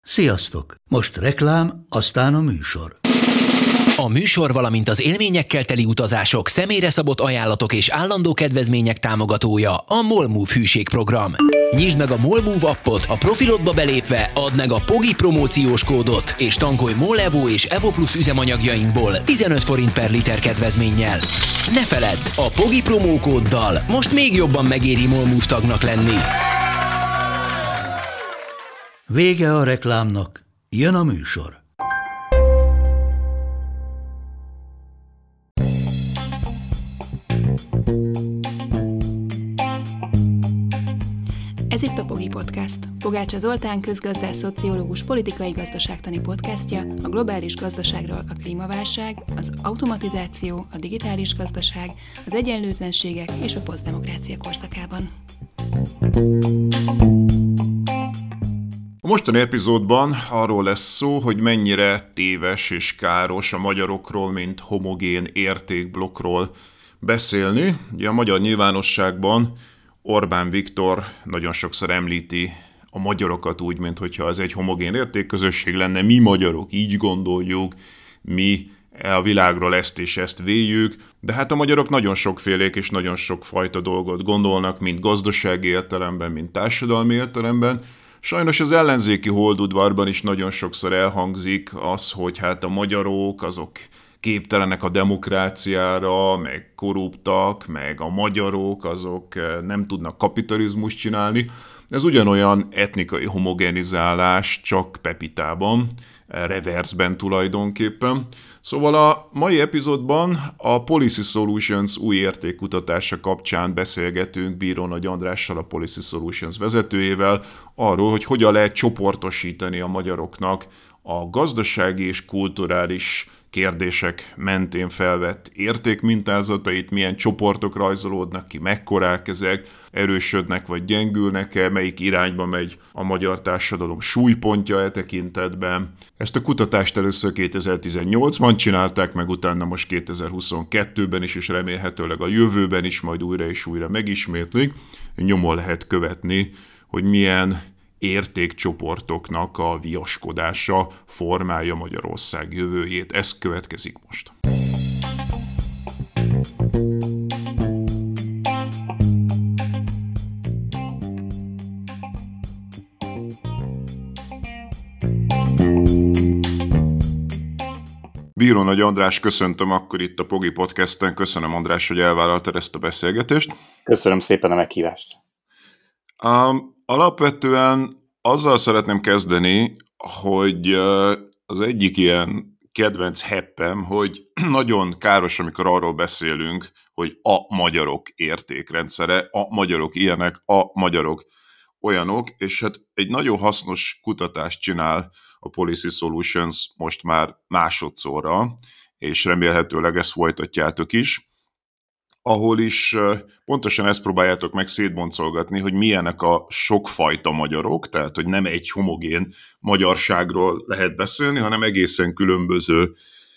Sziasztok! Most reklám, aztán a műsor. A műsor, valamint az élményekkel teli utazások, személyre szabott ajánlatok és állandó kedvezmények támogatója a MOL Move hűségprogram. Nyisd meg a MOL Move appot, a profilodba belépve add meg a POGI promóciós kódot, és tankolj MOL Evo és Evo Plus üzemanyagjainkból 15 forint per liter kedvezménnyel. Ne feledd, a POGI promókóddal most még jobban megéri MOL Move tagnak lenni. Vége a reklámnak, jön a műsor. Ez itt a POGI Podcast. Pogácsa Zoltán közgazdász, szociológus, politikai gazdaságtani podcastja a globális gazdaságról a klímaválság, az automatizáció, a digitális gazdaság, az egyenlőtlenségek és a posztdemokrácia korszakában. A mostani epizódban arról lesz szó, hogy mennyire téves és káros a magyarokról, mint homogén értékblokkról beszélni. Ugye a magyar nyilvánosságban Orbán Viktor nagyon sokszor említi a magyarokat úgy, mintha ez egy homogén értékközösség lenne. Mi magyarok így gondoljuk, mi a világról ezt és ezt véljük, de hát a magyarok nagyon sokfélék és nagyon sokfajta dolgot gondolnak, mind gazdasági értelemben, mind társadalmi értelemben. Sajnos az ellenzéki holdudvarban is nagyon sokszor elhangzik az, hogy hát a magyarok azok képtelenek a demokráciára, meg korruptak, meg a magyarok azok nem tudnak kapitalizmust csinálni. Ez ugyanolyan etnikai homogenizálás, csak pepitában, reversben tulajdonképpen. Szóval a mai epizódban a Policy Solutions új értékkutatása kapcsán beszélgetünk Bíró Nagy Andrással, a Policy Solutions vezetőjével, arról, hogy hogyan lehet csoportosítani a magyaroknak a gazdasági és kulturális kérdések mentén felvett értékmintázatait, milyen csoportok rajzolódnak ki, mekkorák ezek, erősödnek vagy gyengülnek-e, melyik irányba megy a magyar társadalom súlypontja e tekintetben. Ezt a kutatást először 2018-ban csinálták, meg utána most 2022-ben is, és remélhetőleg a jövőben is majd újra és újra megismétlik. Nyomon lehet követni, hogy milyen értékcsoportoknak a viaskodása formálja Magyarország jövőjét. Ez következik most. Bíró Nagy András, köszöntöm akkor itt a POGI Podcasten. Köszönöm, András, hogy elvállaltad ezt a beszélgetést. Köszönöm szépen a meghívást. Alapvetően azzal szeretném kezdeni, hogy az egyik ilyen kedvenc heppem, hogy nagyon káros, amikor arról beszélünk, hogy a magyarok értékrendszere, a magyarok ilyenek, a magyarok olyanok, és hát egy nagyon hasznos kutatást csinál a Policy Solutions most már másodszorra, és remélhetőleg ezt folytatjátok is, ahol is pontosan ezt próbáljátok meg szétboncolgatni, hogy milyenek a sokfajta magyarok, tehát hogy nem egy homogén magyarságról lehet beszélni, hanem egészen különböző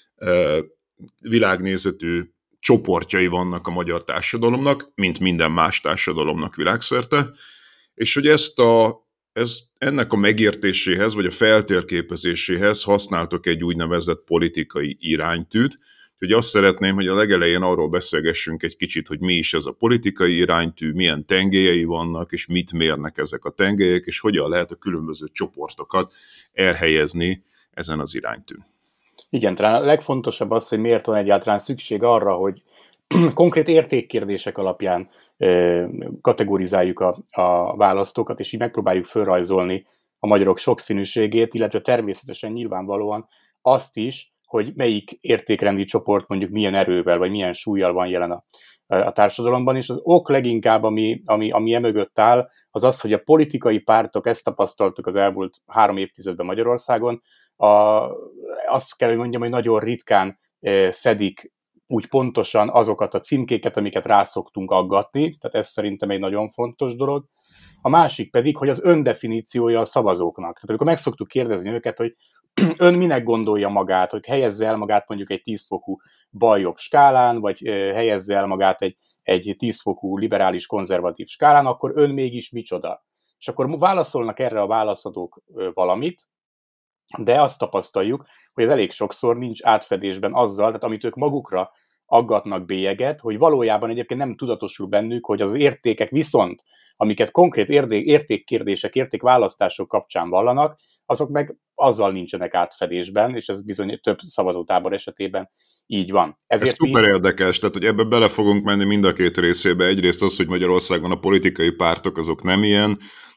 világnézetű csoportjai vannak a magyar társadalomnak, mint minden más társadalomnak világszerte, és hogy ennek a megértéséhez, vagy a feltérképezéséhez használtok egy úgynevezett politikai iránytűt. Úgyhogy azt szeretném, hogy a legelején arról beszélgessünk egy kicsit, hogy mi is ez a politikai iránytű, milyen tengelyei vannak, és mit mérnek ezek a tengelyek, és hogyan lehet a különböző csoportokat elhelyezni ezen az iránytűn. Igen, talán a legfontosabb az, hogy miért van egyáltalán szükség arra, hogy konkrét értékkérdések alapján kategorizáljuk a választókat, és így megpróbáljuk felrajzolni a magyarok sokszínűségét, illetve természetesen nyilvánvalóan azt is, hogy melyik értékrendi csoport mondjuk milyen erővel, vagy milyen súllyal van jelen a társadalomban, és az ok leginkább, ami emögött áll, az az, hogy a politikai pártok, ezt tapasztaltuk az elmúlt 3 évtizedben Magyarországon, azt kell, hogy mondjam, hogy nagyon ritkán fedik úgy pontosan azokat a címkéket, amiket rászoktunk aggatni, tehát ez szerintem egy nagyon fontos dolog. A másik pedig, hogy az öndefiníciója a szavazóknak. Tehát amikor meg szoktuk kérdezni őket, hogy ön minek gondolja magát, hogy helyezze el magát mondjuk egy 10 fokú bal-jobb skálán, vagy helyezze el magát egy 10 fokú liberális konzervatív skálán, akkor ön mégis micsoda? És akkor válaszolnak erre a válaszadók valamit, de azt tapasztaljuk, hogy ez elég sokszor nincs átfedésben azzal, tehát amit ők magukra aggatnak bélyeget, hogy valójában egyébként nem tudatosul bennük, hogy az értékek viszont, amiket konkrét értékkérdések, értékválasztások kapcsán vallanak, azok meg azzal nincsenek átfedésben, és ez bizony több szavazótábor esetében így van. Ez szuper érdekes, tehát hogy ebbe bele fogunk menni mind a két részébe. Egyrészt az, hogy Magyarországon a politikai pártok azok nem ilyen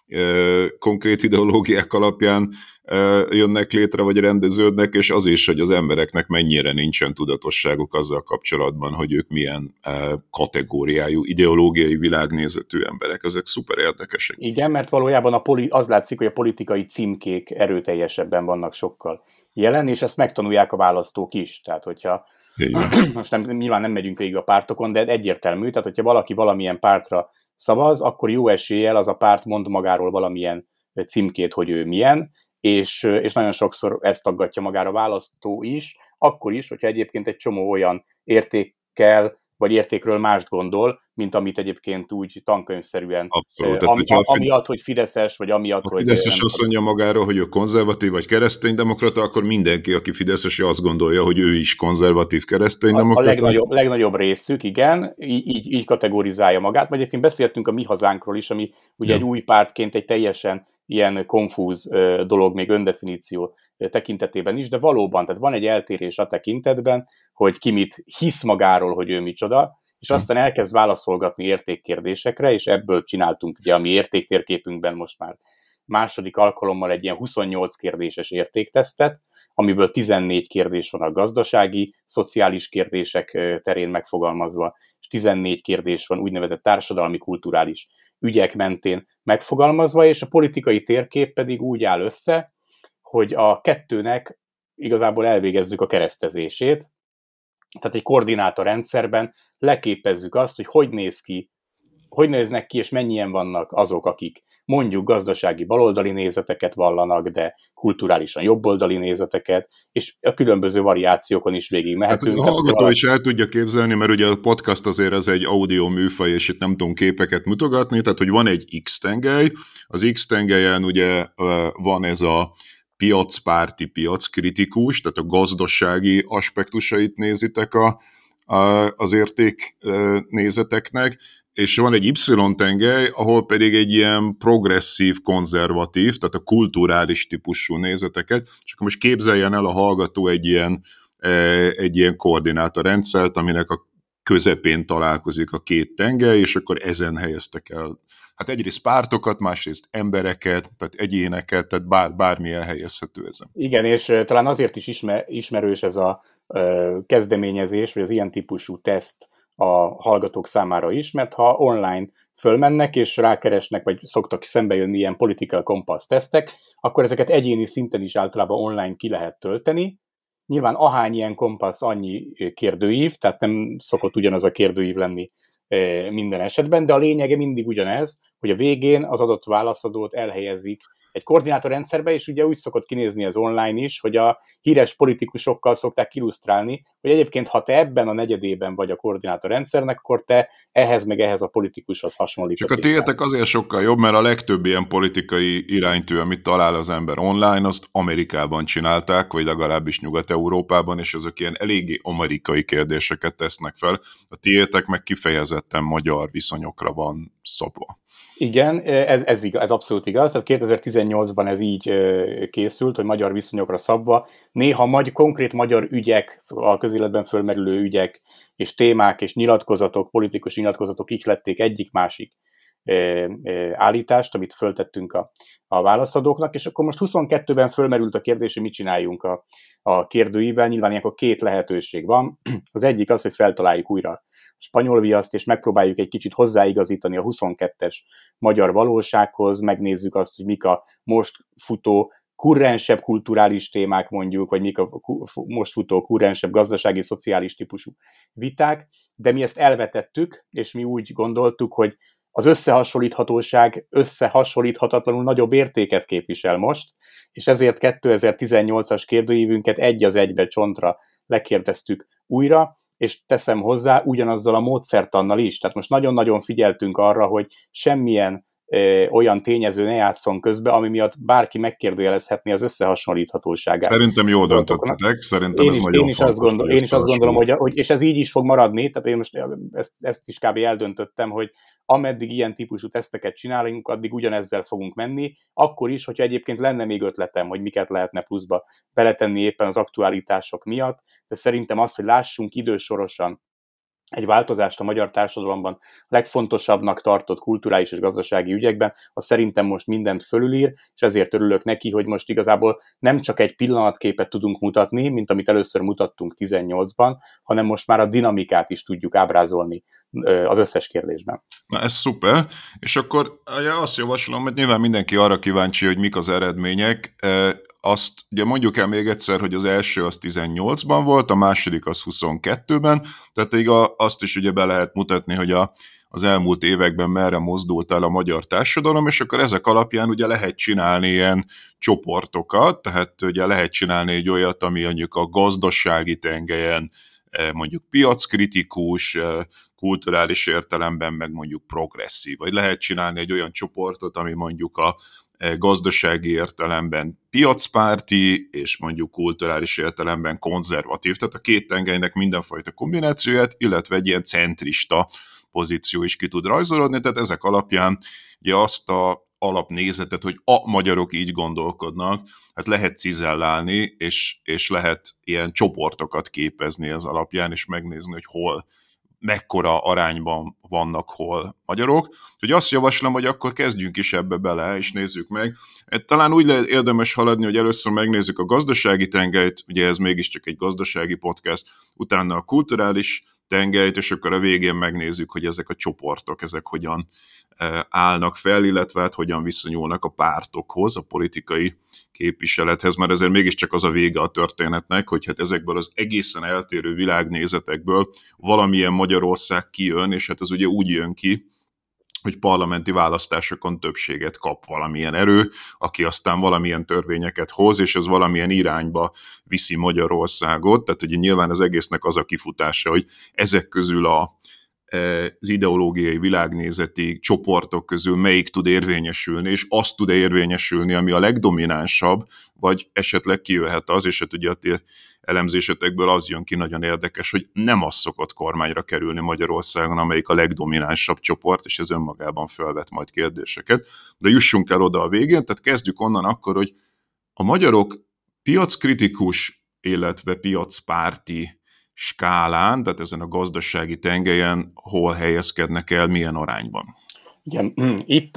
konkrét ideológiák alapján jönnek létre, vagy rendeződnek, és az is, hogy az embereknek mennyire nincsen tudatosságuk azzal kapcsolatban, hogy ők milyen kategóriájú, ideológiai világnézetű emberek. Ezek szuper érdekesek. Igen, mert valójában az látszik, hogy a politikai címkék erőteljesebben vannak sokkal jelen, és ezt megtanulják a választók is. Tehát, hogyha most nyilván nem megyünk végig a pártokon, de egyértelmű, tehát hogyha valaki valamilyen pártra szavaz, akkor jó eséllyel az a párt mond magáról valamilyen címkét, hogy ő milyen, és nagyon sokszor ezt aggatja magára a választó is, akkor is, hogyha egyébként egy csomó olyan értékkel, vagy értékről mást gondol, mint amit egyébként úgy tankönyvszerűen, amiatt, hogy fideszes, vagy amiatt, hogy... A fideszes azt mondja magáról, hogy ő konzervatív vagy kereszténydemokrata, akkor mindenki, aki fideszes, azt gondolja, hogy ő is konzervatív kereszténydemokrata. A legnagyobb részük, igen, így kategorizálja magát. Majd egyébként beszéltünk a Mi Hazánkról is, ami ugye egy új pártként egy teljesen ilyen konfúz dolog még öndefiníció tekintetében is, de valóban, tehát van egy eltérés a tekintetben, hogy ki mit hisz magáról, hogy ő micsoda, és aztán elkezd válaszolgatni értékkérdésekre, és ebből csináltunk ugye a mi értéktérképünkben most már második alkalommal egy ilyen 28 kérdéses értéktesztet, amiből 14 kérdés van a gazdasági, szociális kérdések terén megfogalmazva, és 14 kérdés van úgynevezett társadalmi, kulturális ügyek mentén megfogalmazva, és a politikai térkép pedig úgy áll össze, hogy a kettőnek igazából elvégezzük a keresztezését, tehát egy koordinátorrendszerben leképezzük azt, hogy hogy néznek ki, és mennyien vannak azok, akik mondjuk gazdasági baloldali nézeteket vallanak, de kulturálisan jobboldali nézeteket, és a különböző variációkon is végig mehetünk. Hát a hallgató is el tudja képzelni, mert ugye a podcast azért ez egy audio műfaj, és itt nem tudunk képeket mutogatni, tehát hogy van egy X-tengely, az X-tengelyen ugye van ez a piacpárti, piackritikus, tehát a gazdasági aspektusait nézitek az értéknézeteknek, és van egy Y-tengely, ahol pedig egy ilyen progresszív, konzervatív, tehát a kulturális típusú nézeteket, és akkor most képzeljen el a hallgató egy ilyen koordinátorrendszert, aminek a közepén találkozik a két tengely, és akkor ezen helyeztek el hát egyrészt pártokat, másrészt embereket, tehát egyéneket, tehát bármi elhelyezhető ezen. Igen, és talán azért is ismerős ez a kezdeményezés, vagy az ilyen típusú teszt a hallgatók számára is, mert ha online fölmennek és rákeresnek, vagy szoktak szembe jönni ilyen political compass tesztek, akkor ezeket egyéni szinten is általában online ki lehet tölteni. Nyilván ahány ilyen kompassz, annyi kérdőív, tehát nem szokott ugyanaz a kérdőív lenni minden esetben, de a lényege mindig ugyanez, hogy a végén az adott válaszadót elhelyezik egy koordinátorrendszerbe, és ugye úgy szokott kinézni az online is, hogy a híres politikusokkal szokták illusztrálni, hogy egyébként ha te ebben a negyedében vagy a koordinátorrendszernek, akkor te ehhez a politikushoz hasonlítasz. Csak a tiétek azért sokkal jobb, mert a legtöbb ilyen politikai iránytű, amit talál az ember online, azt Amerikában csinálták, vagy legalábbis Nyugat-Európában, és ezek ilyen eléggé amerikai kérdéseket tesznek fel. A tiétek meg kifejezetten magyar viszonyokra van szabva. Igen, ez abszolút igaz. Tehát 2018-ban ez így készült, hogy magyar viszonyokra szabva. Néha konkrét magyar ügyek, a közéletben fölmerülő ügyek és témák és nyilatkozatok, politikus nyilatkozatok ihlették egyik-másik állítást, amit föltettünk a válaszadóknak, és akkor most 22-ben fölmerült a kérdés, hogy mit csináljunk a kérdőívvel. Nyilván ilyenkor két lehetőség van. Az egyik az, hogy feltaláljuk újra spanyol viaszt, és megpróbáljuk egy kicsit hozzáigazítani a 22-es magyar valósághoz, megnézzük azt, hogy mik a most futó kurrensebb kulturális témák mondjuk, vagy mik a most futó kurrensebb gazdasági, szociális típusú viták, de mi ezt elvetettük, és mi úgy gondoltuk, hogy az összehasonlíthatóság összehasonlíthatatlanul nagyobb értéket képvisel most, és ezért 2018-as kérdőívünket egy az egybe csontra lekérdeztük újra, és teszem hozzá ugyanazzal a módszertannal is. Tehát most nagyon-nagyon figyeltünk arra, hogy semmilyen olyan tényező ne játszon közbe, ami miatt bárki megkérdőjelezhetné az összehasonlíthatóságát. Szerintem jól döntöttetek, szerintem ez nagyon fontos. Én is azt gondolom, hogy és ez így is fog maradni, tehát én most ezt is kb. Eldöntöttem, hogy ameddig ilyen típusú teszteket csinálunk, addig ugyanezzel fogunk menni, akkor is, hogyha egyébként lenne még ötletem, hogy miket lehetne pluszba beletenni éppen az aktualitások miatt, de szerintem azt, hogy lássunk idősorosan egy változást a magyar társadalomban legfontosabbnak tartott kulturális és gazdasági ügyekben, az szerintem most mindent fölülír, és ezért örülök neki, hogy most igazából nem csak egy pillanatképet tudunk mutatni, mint amit először mutattunk 18-ban, hanem most már a dinamikát is tudjuk ábrázolni az összes kérdésben. Na ez szuper, és akkor azt javaslom, hogy nyilván mindenki arra kíváncsi, hogy mik az eredmények. Azt ugye mondjuk el még egyszer, hogy az első az 18-ban volt, a második az 22-ben, tehát azt is ugye be lehet mutatni, hogy az elmúlt években merre mozdult el a magyar társadalom, és akkor ezek alapján ugye lehet csinálni ilyen csoportokat, tehát ugye lehet csinálni egy olyat, ami mondjuk a gazdasági tengelyen mondjuk piackritikus, kulturális értelemben meg mondjuk progresszív, vagy lehet csinálni egy olyan csoportot, ami mondjuk a gazdasági értelemben piacpárti, és mondjuk kulturális értelemben konzervatív, tehát a két tengelynek mindenfajta kombinációját, illetve egy ilyen centrista pozíció is ki tud rajzolódni, tehát ezek alapján ugye azt a alapnézetet, hogy a magyarok így gondolkodnak, hát lehet cizellálni, és lehet ilyen csoportokat képezni ez alapján, és megnézni, hogy hol, mekkora arányban vannak hol magyarok. Úgyhogy azt javaslom, hogy akkor kezdjünk is ebbe bele, és nézzük meg. Talán úgy érdemes haladni, hogy először megnézzük a gazdasági tengelyt, ugye ez mégiscsak egy gazdasági podcast, utána a kulturális tengelyt, és akkor a végén megnézzük, hogy ezek a csoportok, ezek hogyan állnak fel, illetve hát hogyan viszonyulnak a pártokhoz, a politikai képviselethez, mert ezért mégiscsak az a vége a történetnek, hogy hát ezekből az egészen eltérő világnézetekből valamilyen Magyarország kijön, és hát az ugye úgy jön ki, hogy parlamenti választásokon többséget kap valamilyen erő, aki aztán valamilyen törvényeket hoz, és ez valamilyen irányba viszi Magyarországot. Tehát ugye nyilván az egésznek az a kifutása, hogy ezek közül az ideológiai világnézeti csoportok közül melyik tud érvényesülni, és azt tud érvényesülni, ami a legdominánsabb, vagy esetleg kijöhet az, és hát ugye a ti elemzésetekből az jön ki nagyon érdekes, hogy nem az szokott kormányra kerülni Magyarországon, amelyik a legdominánsabb csoport, és ez önmagában felvet majd kérdéseket. De jussunk el oda a végén, tehát kezdjük onnan akkor, hogy a magyarok piackritikus, illetve piacpárti skálán, tehát ezen a gazdasági tengelyen hol helyezkednek el, milyen arányban? Igen, itt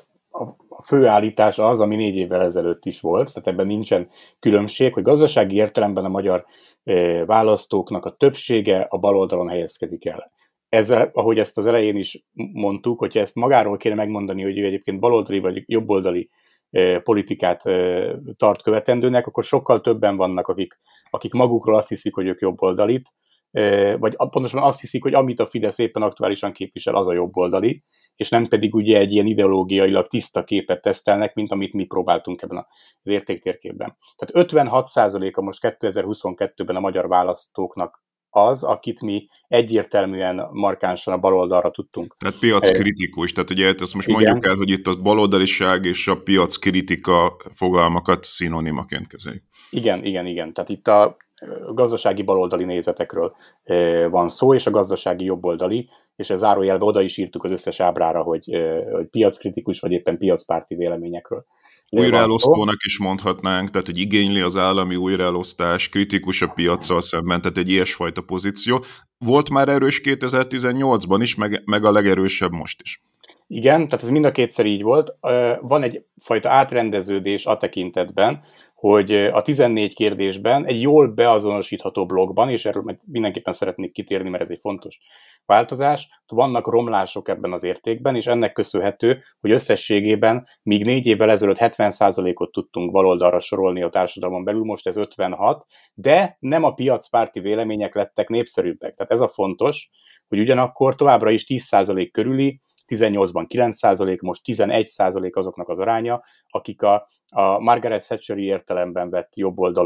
a főállítás az, ami 4 évvel ezelőtt is volt, tehát ebben nincsen különbség, hogy gazdasági értelemben a magyar választóknak a többsége a baloldalon helyezkedik el. Ezzel, ahogy ezt az elején is mondtuk, hogyha ezt magáról kéne megmondani, hogy ő egyébként baloldali vagy jobboldali politikát tart követendőnek, akkor sokkal többen vannak, akik magukról azt hiszik, hogy ők jobboldalit, vagy pontosan azt hiszik, hogy amit a Fidesz éppen aktuálisan képvisel, az a jobboldali, és nem pedig ugye egy ilyen ideológiailag tiszta képet tesztelnek, mint amit mi próbáltunk ebben az értéktérképben. Tehát 56%-a most 2022-ben a magyar választóknak az, akit mi egyértelműen markánsan a baloldalra tudtunk. Tehát piackritikus, tehát ugye ezt most mondjuk el, hogy itt a baloldaliság és a piackritika fogalmakat szinonimaként kezeljük. Igen. Tehát itt a gazdasági baloldali nézetekről van szó, és a gazdasági jobboldali, és a zárójelbe oda is írtuk az összes ábrára, hogy piackritikus, vagy éppen piacpárti véleményekről. Újraelosztónak is mondhatnánk, tehát hogy igényli az állami újraelosztás, kritikus a piaccal szemben, tehát egy ilyesfajta pozíció. Volt már erős 2018-ban is, meg a legerősebb most is. Igen, tehát ez mind a kétszer így volt. Van egyfajta átrendeződés a tekintetben, hogy a 14 kérdésben egy jól beazonosítható blogban, és erről mindenképpen szeretnék kitérni, mert ez egy fontos változás, vannak romlások ebben az értékben, és ennek köszönhető, hogy összességében míg 4 évvel ezelőtt 70%-ot tudtunk baloldalra sorolni a társadalmon belül, most ez 56, de nem a piacpárti vélemények lettek népszerűbbek. Tehát ez a fontos, hogy ugyanakkor továbbra is 10% körüli, 18-ban 9%, most 11% azoknak az aránya, akik a Margaret Thatcher-i értelemben vett jobb oldalon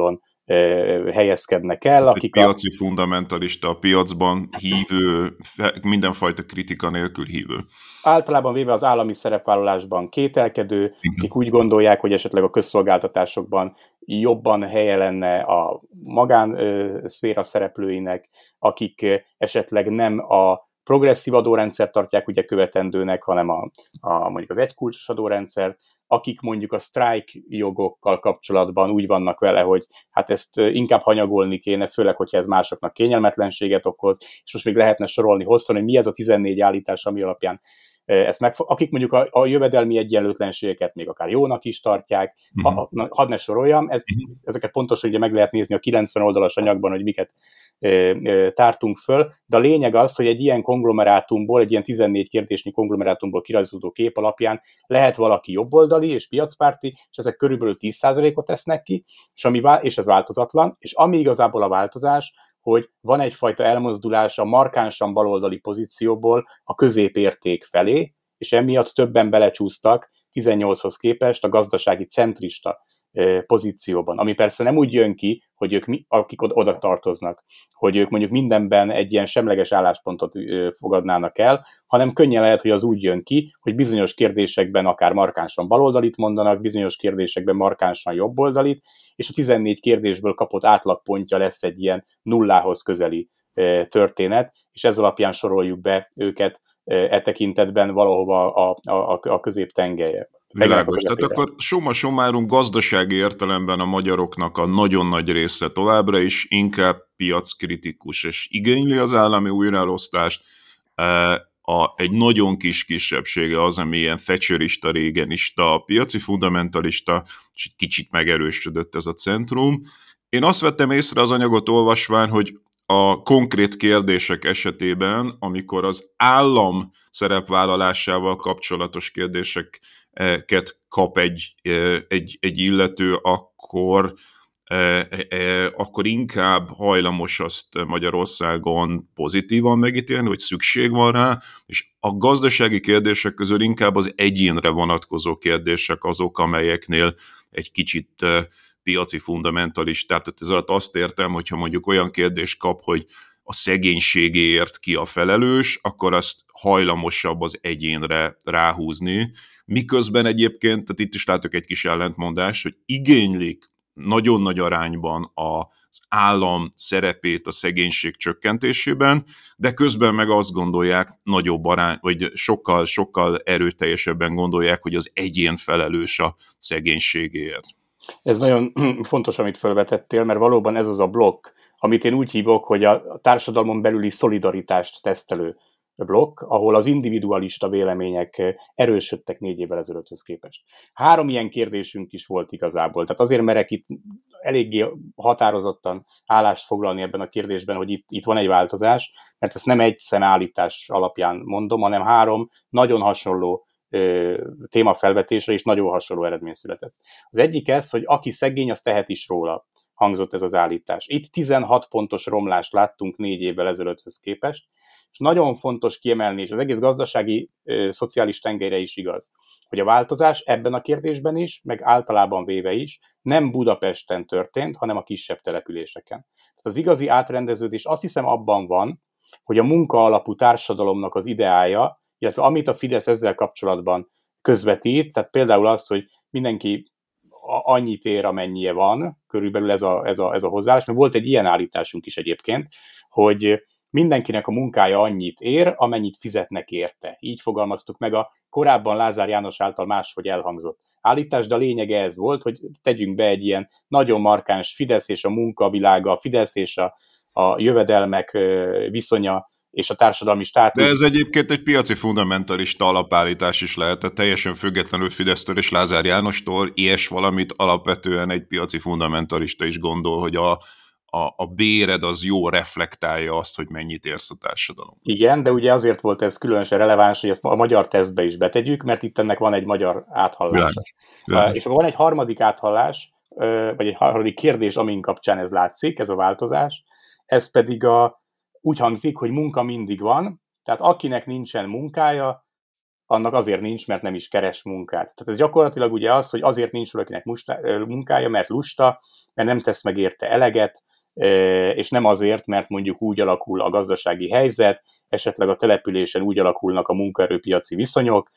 helyezkednek el. Akik piaci fundamentalista, a piacban hívő, mindenfajta kritika nélkül hívő. Általában véve az állami szerepvállalásban kételkedő, akik úgy gondolják, hogy esetleg a közszolgáltatásokban jobban helye lenne a magánszféra szereplőinek, akik esetleg nem a progresszív adórendszert tartják ugye követendőnek, hanem mondjuk az egykulcsos adórendszert, akik mondjuk a sztrájk jogokkal kapcsolatban úgy vannak vele, hogy hát ezt inkább hanyagolni kéne, főleg, hogyha ez másoknak kényelmetlenséget okoz, és most még lehetne sorolni hosszan, hogy mi ez a 14 állítás, ami alapján akik mondjuk a jövedelmi egyenlőtlenségeket még akár jónak is tartják, hadd ne soroljam, ezeket pontosan ugye meg lehet nézni a 90 oldalas anyagban, hogy miket tártunk föl, de a lényeg az, hogy egy ilyen konglomerátumból, egy ilyen 14 kérdésnyi konglomerátumból kirajzolódó kép alapján lehet valaki jobboldali és piacpárti, és ezek körülbelül 10%-ot tesznek ki, és ez változatlan, és ami igazából a változás, hogy van egyfajta elmozdulás a markánsan baloldali pozícióból a középérték felé, és emiatt többen belecsúsztak 18-hoz képest a gazdasági centrista pozícióban, ami persze nem úgy jön ki, hogy ők, akik oda tartoznak, hogy ők mondjuk mindenben egy ilyen semleges álláspontot fogadnának el, hanem könnyen lehet, hogy az úgy jön ki, hogy bizonyos kérdésekben akár markánsan baloldalit mondanak, bizonyos kérdésekben markánsan jobboldalit, és a 14 kérdésből kapott átlagpontja lesz egy ilyen nullához közeli történet, és ez alapján soroljuk be őket tekintetben valahova a középtengelye. Világos. Tehát akkor summa summarum gazdasági értelemben a magyaroknak a nagyon nagy része továbbra is inkább piackritikus, és igényli az állami újraelosztást. Egy nagyon kis kisebbsége az, ami ilyen thatcherista, régenista, piaci fundamentalista, és egy kicsit megerősödött ez a centrum. Én azt vettem észre az anyagot olvasván, hogy a konkrét kérdések esetében, amikor az állam szerepvállalásával kapcsolatos kérdéseket kap egy illető, akkor inkább hajlamos azt Magyarországon pozitívan megítélni, hogy szükség van rá, és a gazdasági kérdések közül inkább az egyénre vonatkozó kérdések azok, amelyeknél egy kicsit piaci fundamentalistát. Tehát ez alatt azt értem, hogyha mondjuk olyan kérdést kap, hogy a szegénységéért ki a felelős, akkor azt hajlamosabb az egyénre ráhúzni. Miközben egyébként, tehát itt is látok egy kis ellentmondást, hogy igénylik nagyon nagy arányban az állam szerepét a szegénység csökkentésében, de közben meg azt gondolják, nagyobb arány, vagy sokkal erőteljesebben gondolják, hogy az egyén felelős a szegénységéért. Ez nagyon fontos, amit felvetettél, mert valóban ez az a blokk, amit én úgy hívok, hogy a társadalmon belüli szolidaritást tesztelő blokk, ahol az individualista vélemények erősödtek 4 évvel ezelőtthöz képest. 3 ilyen kérdésünk is volt igazából, tehát azért merek itt eléggé határozottan állást foglalni ebben a kérdésben, hogy itt van egy változás, mert ezt nem egy szemállítás alapján mondom, hanem 3 nagyon hasonló témafelvetésre és nagyon hasonló eredmény született. Az egyik ez, hogy aki szegény, az tehet is róla, hangzott ez az állítás. Itt 16 pontos romlást láttunk 4 évvel ezelőtthöz képest, és nagyon fontos kiemelni, és az egész gazdasági, szociális tengelyre is igaz, hogy a változás ebben a kérdésben is, meg általában véve is nem Budapesten történt, hanem a kisebb településeken. Tehát az igazi átrendeződés azt hiszem abban van, hogy a munka alapú társadalomnak az ideája, illetve amit a Fidesz ezzel kapcsolatban közvetít, tehát például azt, hogy mindenki annyit ér, amennyie van, körülbelül ez a hozzáállás, mert volt egy ilyen állításunk is egyébként, hogy mindenkinek a munkája annyit ér, amennyit fizetnek érte. Így fogalmaztuk meg a korábban Lázár János által máshogy elhangzott állítás, de a lényege ez volt, hogy tegyünk be egy ilyen nagyon markáns Fidesz és a munkavilága, a Fidesz és a jövedelmek viszonya és a társadalmi státusz. De ez egyébként egy piaci fundamentalista alapállítás is lehet, tehát teljesen függetlenül Fidesztől és Lázár Jánostól, ilyes valamit alapvetően egy piaci fundamentalista is gondol, hogy a béred az jó reflektálja azt, hogy mennyit érsz a társadalom. Igen, de ugye azért volt ez különösen releváns, hogy ezt a magyar tesztbe is betegyük, mert itt ennek van egy magyar áthallása. És akkor van egy harmadik áthallás, vagy egy harmadik kérdés, amin kapcsán ez látszik, ez a változás, ez pedig úgy hangzik, hogy munka mindig van, tehát akinek nincsen munkája, annak azért nincs, mert nem is keres munkát. Tehát ez gyakorlatilag ugye az, hogy azért nincs valakinek munkája, mert lusta, mert nem tesz meg érte eleget, és nem azért, mert mondjuk úgy alakul a gazdasági helyzet, esetleg a településen úgy alakulnak a munkaerőpiaci viszonyok,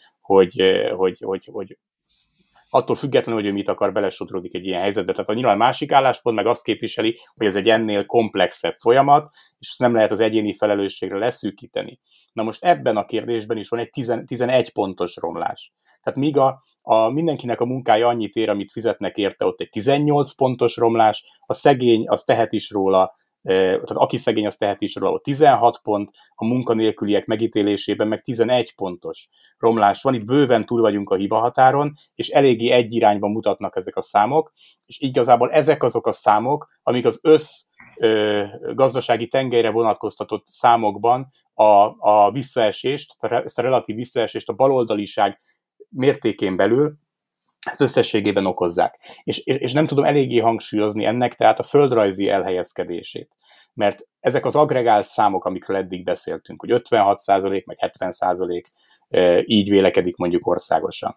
hogy attól függetlenül, hogy ő mit akar, belesodródik egy ilyen helyzetbe. Tehát a nyilván másik álláspont meg azt képviseli, hogy ez egy ennél komplexebb folyamat, és ezt nem lehet az egyéni felelősségre leszűkíteni. Na most ebben a kérdésben is van egy 11 pontos romlás. Tehát míg mindenkinek a munkája annyit ér, amit fizetnek érte, ott egy 18 pontos romlás, a szegény az tehet is róla, tehát aki szegény, az tehet is róla, ott 16 pont, a munkanélküliek megítélésében meg 11 pontos romlás van. Itt bőven túl vagyunk a hibahatáron, és eléggé egy irányba mutatnak ezek a számok, és igazából ezek azok a számok, amik az gazdasági tengelyre vonatkoztatott számokban a visszaesést, ezt a relatív visszaesést a baloldaliság mértékén belül ezt összességében okozzák. És nem tudom eléggé hangsúlyozni ennek, tehát a földrajzi elhelyezkedését. Mert ezek az agregált számok, amikről eddig beszéltünk, hogy 56% meg 70% így vélekedik mondjuk országosan.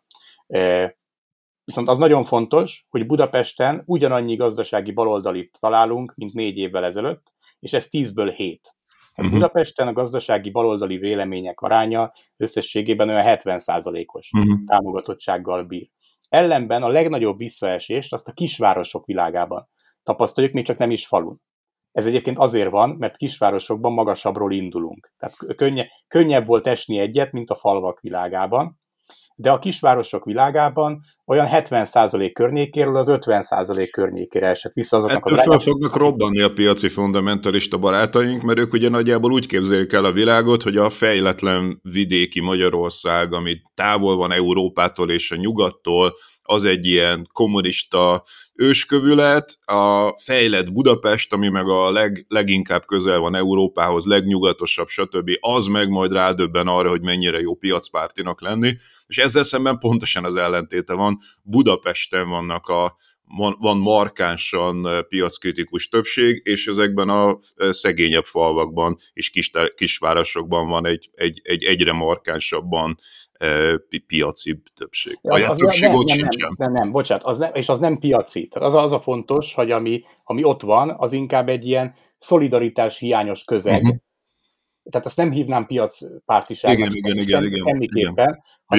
Viszont az nagyon fontos, hogy Budapesten ugyanannyi gazdasági baloldalit találunk, mint 4 évvel ezelőtt, és ez 10-ből 7. Budapesten a gazdasági baloldali vélemények aránya összességében olyan 70%-os támogatottsággal bír. Ellenben a legnagyobb visszaesést azt a kisvárosok világában tapasztaljuk, még csak nem is falun. Ez egyébként azért van, mert kisvárosokban magasabbról indulunk. Tehát könnyebb volt esni egyet, mint a falvak világában, de a kisvárosok világában olyan 70% környékéről az 50% környékére esett vissza azoknak ettől fel fognak robbanni a piaci fundamentalista barátaink, mert ők ugye nagyjából úgy képzelik el a világot, hogy a fejletlen vidéki Magyarország, ami távol van Európától és a nyugattól, az egy ilyen kommunista őskövület, a fejlett Budapest, ami meg a leginkább közel van Európához, legnyugatosabb, stb., az meg majd rádöbben arra, hogy mennyire jó piacpártinak lenni, és ezzel szemben pontosan az ellentéte van. Budapesten van markánsan piackritikus többség, és ezekben a szegényebb falvakban és kisvárosokban van egy egyre markánsabban piaci többség. Az többség ott sincsen. Nem, bocsánat, és az nem piaci. Tehát az a fontos, hogy ami ott van, az inkább egy ilyen szolidaritás hiányos közeg. Tehát azt nem hívnám piacpártiságnak. Igen. Semmiképpen.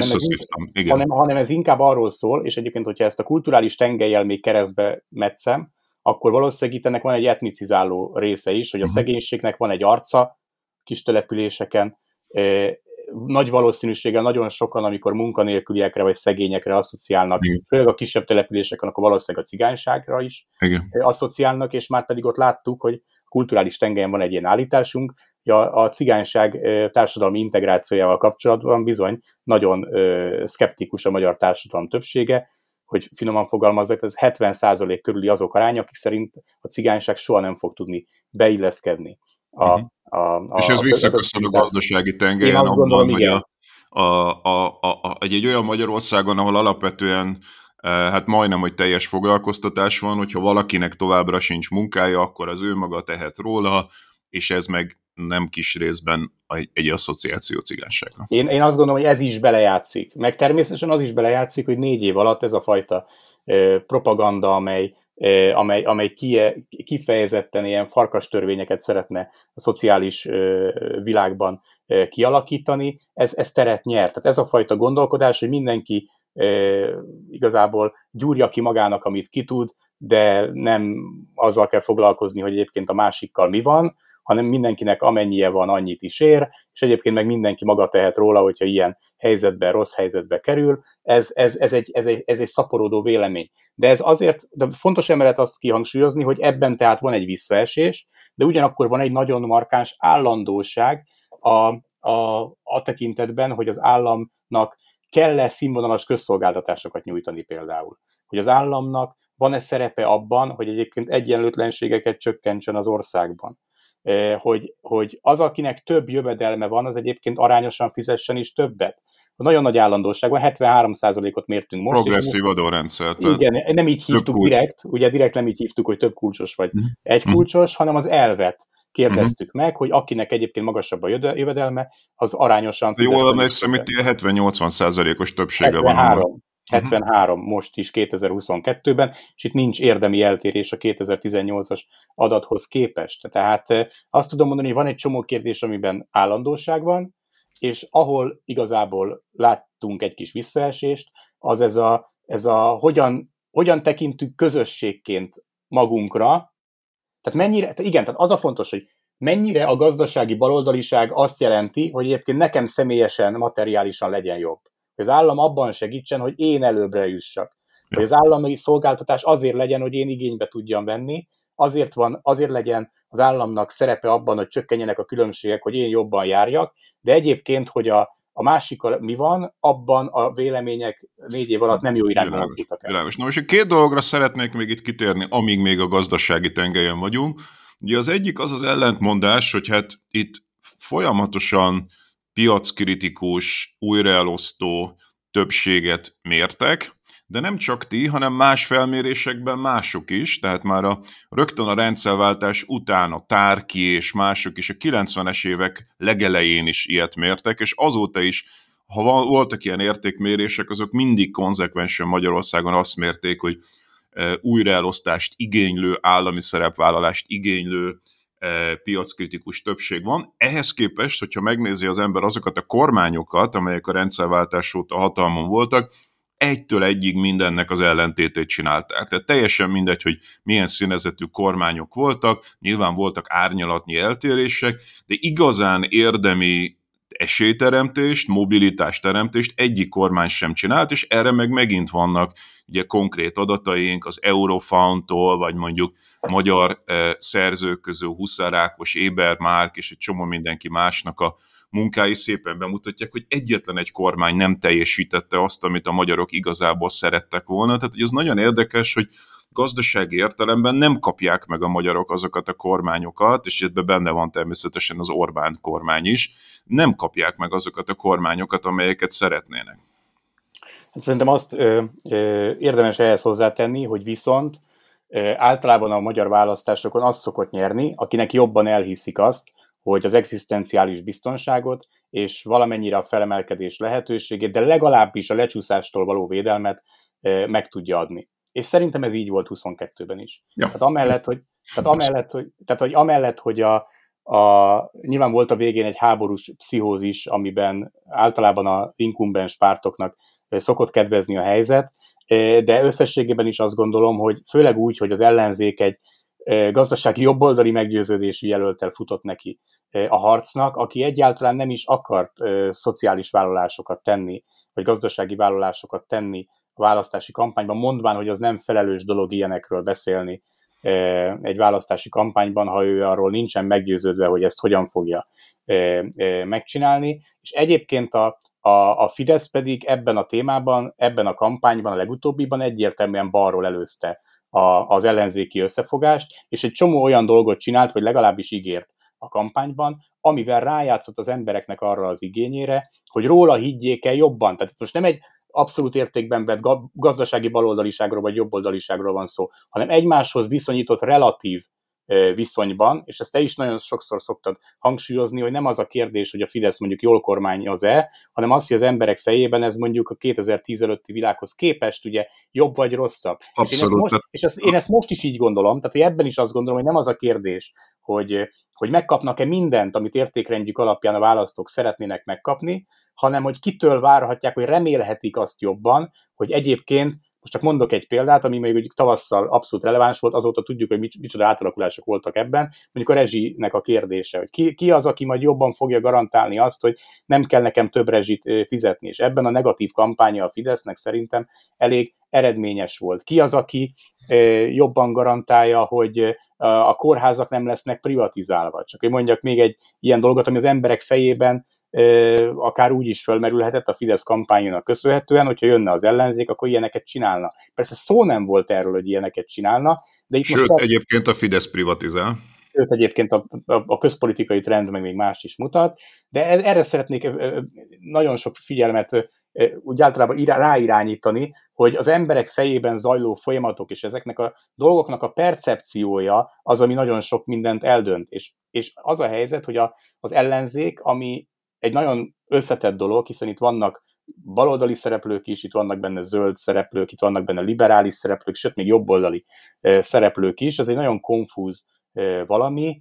Hanem ez inkább arról szól, és egyébként, hogyha ezt a kulturális tengellyel még keresztbe metszem, akkor valószínűleg itt ennek van egy etnicizáló része is, hogy a szegénységnek van egy arca kis településeken, nagy valószínűséggel nagyon sokan, amikor munkanélküliekre vagy szegényekre asszociálnak, főleg a kisebb településeken, akkor valószínűleg a cigányságra is asszociálnak, és már pedig ott láttuk, hogy kulturális tengelyen van egy ilyen állításunk, hogy a cigányság társadalmi integrációjával kapcsolatban bizony nagyon szkeptikus a magyar társadalom többsége, hogy finoman fogalmazzak, ez 70% körüli azok aránya, akik szerint a cigányság soha nem fog tudni beilleszkedni. És ez visszaköszön a gazdasági tengelyen abban, hogy egy olyan Magyarországon, ahol alapvetően hát majdnem, hogy teljes foglalkoztatás van, hogyha valakinek továbbra sincs munkája, akkor az ő maga tehet róla, és ez meg nem kis részben egy asszociáció cigányságra. Én azt gondolom, hogy ez is belejátszik. Meg természetesen az is belejátszik, hogy 4 év alatt ez a fajta propaganda, amely kifejezetten ilyen farkastörvényeket szeretne a szociális világban kialakítani, ez teret nyert. Tehát ez a fajta gondolkodás, hogy mindenki igazából gyúrja ki magának, amit ki tud, de nem azzal kell foglalkozni, hogy egyébként a másikkal mi van, hanem mindenkinek amennyie van, annyit is ér, és egyébként meg mindenki maga tehet róla, hogyha ilyen helyzetben, rossz helyzetbe kerül. Ez egy szaporodó vélemény. De fontos emellett azt kihangsúlyozni, hogy ebben tehát van egy visszaesés, de ugyanakkor van egy nagyon markáns állandóság a tekintetben, hogy az államnak kell-e színvonalas közszolgáltatásokat nyújtani például. Hogy az államnak van-e szerepe abban, hogy egyébként egyenlőtlenségeket csökkentsön az országban. Hogy az, akinek több jövedelme van, az egyébként arányosan fizessen is többet. Nagyon nagy állandóság van, 73%-ot mértünk most. Progresszív adórendszer. Igen, nem így hívtuk direkt, ugye direkt nem így hívtuk, hogy több kulcsos vagy egy kulcsos, hanem az elvet kérdeztük meg, hogy akinek egyébként magasabb a jövedelme, az arányosan fizet. Jól emlékszem, itt ilyen 70-80%-os többsége 73, van. 73 most is 2022-ben, és itt nincs érdemi eltérés a 2018-as adathoz képest. Tehát azt tudom mondani, hogy van egy csomó kérdés, amiben állandóság van, és ahol igazából láttunk egy kis visszaesést, az ez a hogyan tekintünk közösségként magunkra. Tehát mennyire, igen, tehát az a fontos, hogy mennyire a gazdasági baloldaliság azt jelenti, hogy egyébként nekem személyesen, materiálisan legyen jobb. Hogy az állam abban segítsen, hogy én előbbre jussak. Hogy az állami szolgáltatás azért legyen, hogy én igénybe tudjam venni, azért legyen az államnak szerepe abban, hogy csökkenjenek a különbségek, hogy én jobban járjak, de egyébként, hogy a másikkal mi van, abban a vélemények 4 év alatt nem jó irányba mozdultak el. Világos. Na most 2 dologra szeretnék még itt kitérni, amíg még a gazdasági tengelyen vagyunk. Ugye az egyik az ellentmondás, hogy hát itt folyamatosan piackritikus, újraelosztó többséget mértek, de nem csak ti, hanem más felmérésekben mások is, tehát már rögtön a rendszerváltás után a Tárki és mások is a 90-es évek legelején is ilyet mértek, és azóta is, ha voltak ilyen értékmérések, azok mindig konzekvensen Magyarországon azt mérték, hogy újraelosztást igénylő, állami szerepvállalást igénylő piackritikus többség van. Ehhez képest, hogyha megnézi az ember azokat a kormányokat, amelyek a rendszerváltás óta hatalmon voltak, egytől egyig mindennek az ellentétét csinálták. Tehát teljesen mindegy, hogy milyen színezetű kormányok voltak, nyilván voltak árnyalatnyi eltérések, de igazán érdemi esélyteremtést, mobilitásteremtést egyik kormány sem csinált, és erre meg megint vannak ugye konkrét adataink az Eurofound-tól, vagy mondjuk magyar szerzők közül Huszár Ákos, Éber Márk és egy csomó mindenki másnak a munkái szépen bemutatják, hogy egyetlen egy kormány nem teljesítette azt, amit a magyarok igazából szerettek volna. Tehát ez nagyon érdekes, hogy gazdasági értelemben nem kapják meg a magyarok azokat a kormányokat, és ebben benne van természetesen az Orbán kormány is, nem kapják meg azokat a kormányokat, amelyeket szeretnének. Szerintem azt érdemes ehhez hozzátenni, hogy viszont általában a magyar választásokon az szokott nyerni, akinek jobban elhiszik azt, hogy az egzisztenciális biztonságot és valamennyire a felemelkedés lehetőségét, de legalábbis a lecsúszástól való védelmet meg tudja adni. És szerintem ez így volt 22-ben is. Ja. Tehát amellett, hogy nyilván volt a végén egy háborús pszichózis, amiben általában a inkumbens pártoknak szokott kedvezni a helyzet, de összességében is azt gondolom, hogy főleg úgy, hogy az ellenzék egy gazdasági jobboldali meggyőződésű jelölttel futott neki a harcnak, aki egyáltalán nem is akart szociális vállalásokat tenni, vagy gazdasági vállalásokat tenni a választási kampányban, mondván, hogy az nem felelős dolog ilyenekről beszélni egy választási kampányban, ha ő arról nincsen meggyőződve, hogy ezt hogyan fogja megcsinálni. És egyébként a Fidesz pedig ebben a témában, ebben a kampányban, a legutóbbiban egyértelműen balról előzte az ellenzéki összefogást, és egy csomó olyan dolgot csinált, vagy legalábbis ígért a kampányban, amivel rájátszott az embereknek arra az igényére, hogy róla higgyék el jobban. Tehát most nem egy abszolút értékben vett gazdasági baloldaliságról vagy jobboldaliságról van szó, hanem egymáshoz viszonyított relatív viszonyban, és ezt te is nagyon sokszor szoktad hangsúlyozni, hogy nem az a kérdés, hogy a Fidesz mondjuk jól kormányoz-e, hanem az, hogy az emberek fejében ez mondjuk a 2010 előtti világhoz képest ugye jobb vagy rosszabb. Én ezt most is így gondolom, tehát hogy ebben is azt gondolom, hogy nem az a kérdés, hogy megkapnak-e mindent, amit értékrendjük alapján a választók szeretnének megkapni, hanem hogy kitől várhatják, hogy remélhetik azt jobban, hogy egyébként, most csak mondok egy példát, ami még tavasszal abszolút releváns volt, azóta tudjuk, hogy micsoda átalakulások voltak ebben, mondjuk a rezsinek a kérdése, hogy ki az, aki majd jobban fogja garantálni azt, hogy nem kell nekem több rezsit fizetni, és ebben a negatív kampánya a Fidesznek szerintem elég eredményes volt. Ki az, aki jobban garantálja, hogy a kórházak nem lesznek privatizálva? Csak hogy mondjak még egy ilyen dolgot, ami az emberek fejében akár úgy is fölmerülhetett a Fidesz kampányának köszönhetően, hogyha jönne az ellenzék, akkor ilyeneket csinálna. Persze szó nem volt erről, hogy ilyeneket csinálna, de itt sőt, most egyébként a Fidesz privatizál. Sőt, egyébként a közpolitikai trend meg még mást is mutat, de erre szeretnék nagyon sok figyelmet úgy általában ráirányítani, hogy az emberek fejében zajló folyamatok és ezeknek a dolgoknak a percepciója az, ami nagyon sok mindent eldönt. És az a helyzet, hogy az ellenzék, ami egy nagyon összetett dolog, hiszen itt vannak baloldali szereplők is, itt vannak benne zöld szereplők, itt vannak benne liberális szereplők, sőt, még jobboldali szereplők is. Ez egy nagyon konfúz valami,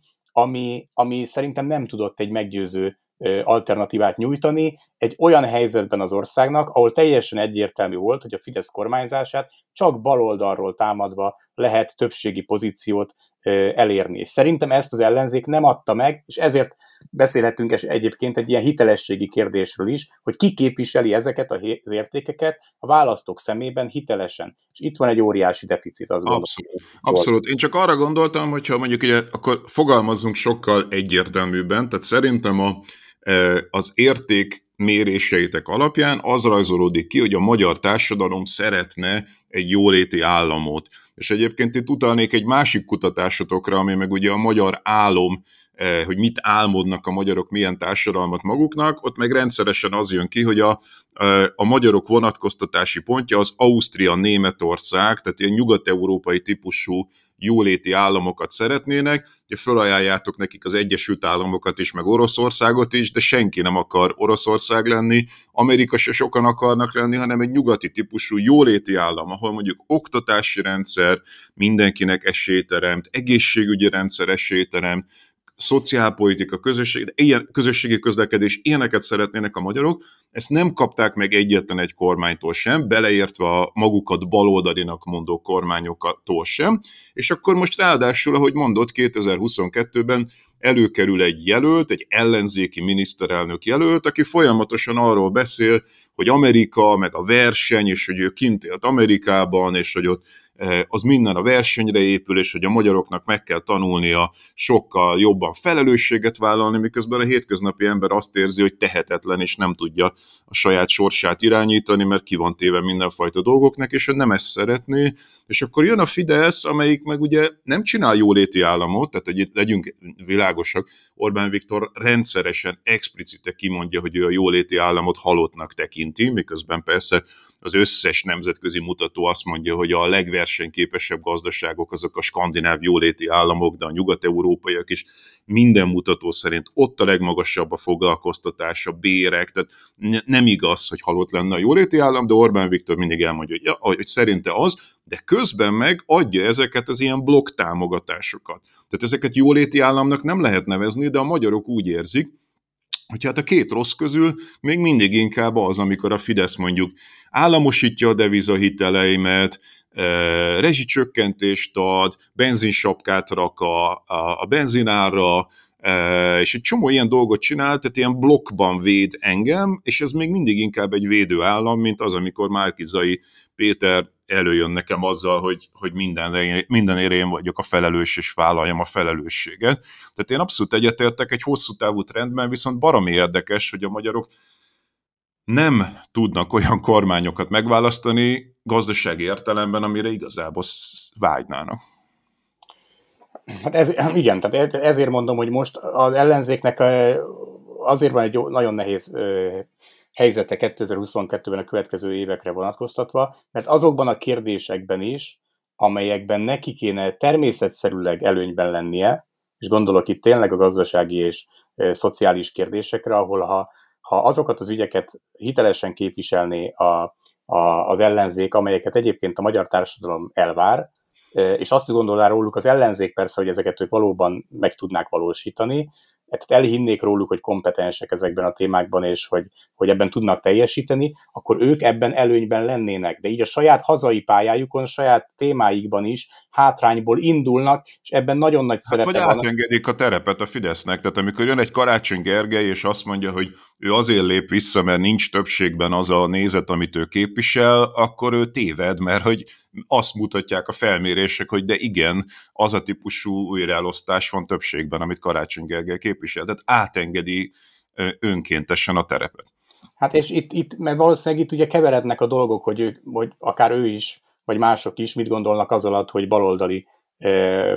ami szerintem nem tudott egy meggyőző alternatívát nyújtani egy olyan helyzetben az országnak, ahol teljesen egyértelmű volt, hogy a Fidesz kormányzását csak baloldalról támadva lehet többségi pozíciót elérni. És szerintem ezt az ellenzék nem adta meg, és ezért beszélhetünk egyébként egy ilyen hitelességi kérdésről is, hogy ki képviseli ezeket az értékeket a választók szemében hitelesen. És itt van egy óriási deficit, azt gondolom. Abszolút. Én csak arra gondoltam, hogyha mondjuk ugye, akkor fogalmazzunk sokkal egyértelműbben, tehát szerintem az érték méréseitek alapján az rajzolódik ki, hogy a magyar társadalom szeretne egy jóléti államot. És egyébként itt utalnék egy másik kutatásotokra, ami meg ugye a magyar álom, hogy mit álmodnak a magyarok, milyen társadalmat maguknak, ott meg rendszeresen az jön ki, hogy a magyarok vonatkoztatási pontja az Ausztria, Németország, tehát ilyen nyugat-európai típusú jóléti államokat szeretnének, ugye felajánljátok nekik az Egyesült Államokat is, meg Oroszországot is, de senki nem akar Oroszország lenni, Amerika se sokan akarnak lenni, hanem egy nyugati típusú jóléti állam, ahol mondjuk oktatási rendszer mindenkinek esélyt teremt, egészségügyi rendszer esélyt teremt, szociálpolitika, közösségi közlekedés, ilyeneket szeretnének a magyarok, ezt nem kapták meg egyetlen egy kormánytól sem, beleértve a magukat baloldalinak mondó kormányoktól sem, és akkor most ráadásul, ahogy mondott, 2022-ben előkerül egy jelölt, egy ellenzéki miniszterelnök jelölt, aki folyamatosan arról beszél, hogy Amerika, meg a verseny, és hogy ő kint élt Amerikában, és hogy ott az minden a versenyre épül, és hogy a magyaroknak meg kell tanulnia sokkal jobban felelősséget vállalni, miközben a hétköznapi ember azt érzi, hogy tehetetlen, és nem tudja a saját sorsát irányítani, mert ki van téve mindenfajta dolgoknak, és hogy nem ezt szeretné. És akkor jön a Fidesz, amelyik meg ugye nem csinál jóléti államot, tehát hogy itt legyünk világosak, Orbán Viktor rendszeresen, explicite kimondja, hogy ő a jóléti államot halottnak tekinti, miközben persze az összes nemzetközi mutató azt mondja, hogy a legversenyképesebb gazdaságok azok a skandináv jóléti államok, de a nyugat-európaiak is minden mutató szerint ott a legmagasabb a foglalkoztatás, a bérek, tehát nem igaz, hogy halott lenne a jóléti állam, de Orbán Viktor mindig elmondja, hogy szerinte az, de közben meg adja ezeket az ilyen blokk támogatásokat. Tehát ezeket jóléti államnak nem lehet nevezni, de a magyarok úgy érzik, hogy hát a két rossz közül még mindig inkább az, amikor a Fidesz mondjuk államosítja a devizahiteleimet, rezsicsökkentést ad, benzinsapkát rak a benzinárra, és egy csomó ilyen dolgot csinál, tehát ilyen blokkban véd engem, és ez még mindig inkább egy védőállam, mint az, amikor Márki-Zay Péter előjön nekem azzal, hogy mindenért én vagyok a felelős, és vállaljam a felelősséget. Tehát én abszolút egyetértek, egy hosszú távú trendben, viszont baromi érdekes, hogy a magyarok nem tudnak olyan kormányokat megválasztani gazdasági értelemben, amire igazából vágynának. Hát igen, tehát ezért mondom, hogy most az ellenzéknek azért van egy nagyon nehéz helyzete 2022-ben a következő évekre vonatkoztatva, mert azokban a kérdésekben is, amelyekben neki kéne természetszerűleg előnyben lennie, és gondolok itt tényleg a gazdasági és szociális kérdésekre, ahol ha azokat az ügyeket hitelesen képviselné az ellenzék, amelyeket egyébként a magyar társadalom elvár, és azt gondolná róluk az ellenzék persze, hogy ezeket ők valóban meg tudnák valósítani, tehát elhinnék róluk, hogy kompetensek ezekben a témákban, és hogy ebben tudnak teljesíteni, akkor ők ebben előnyben lennének. De így a saját hazai pályájukon, a saját témáikban is hátrányból indulnak, és ebben nagyon nagy szerepe van. Vagy átengedik a terepet a Fidesznek, tehát amikor jön egy Karácsony Gergely, és azt mondja, hogy ő azért lép vissza, mert nincs többségben az a nézet, amit ő képvisel, akkor ő téved, mert hogy azt mutatják a felmérések, hogy de igen, az a típusú újraelosztás van többségben, amit Karácsony Gergely képvisel. Tehát átengedi önkéntesen a terepet. Hát és itt mert valószínűleg itt ugye keverednek a dolgok, hogy akár ő is, vagy mások is mit gondolnak az alatt, hogy baloldali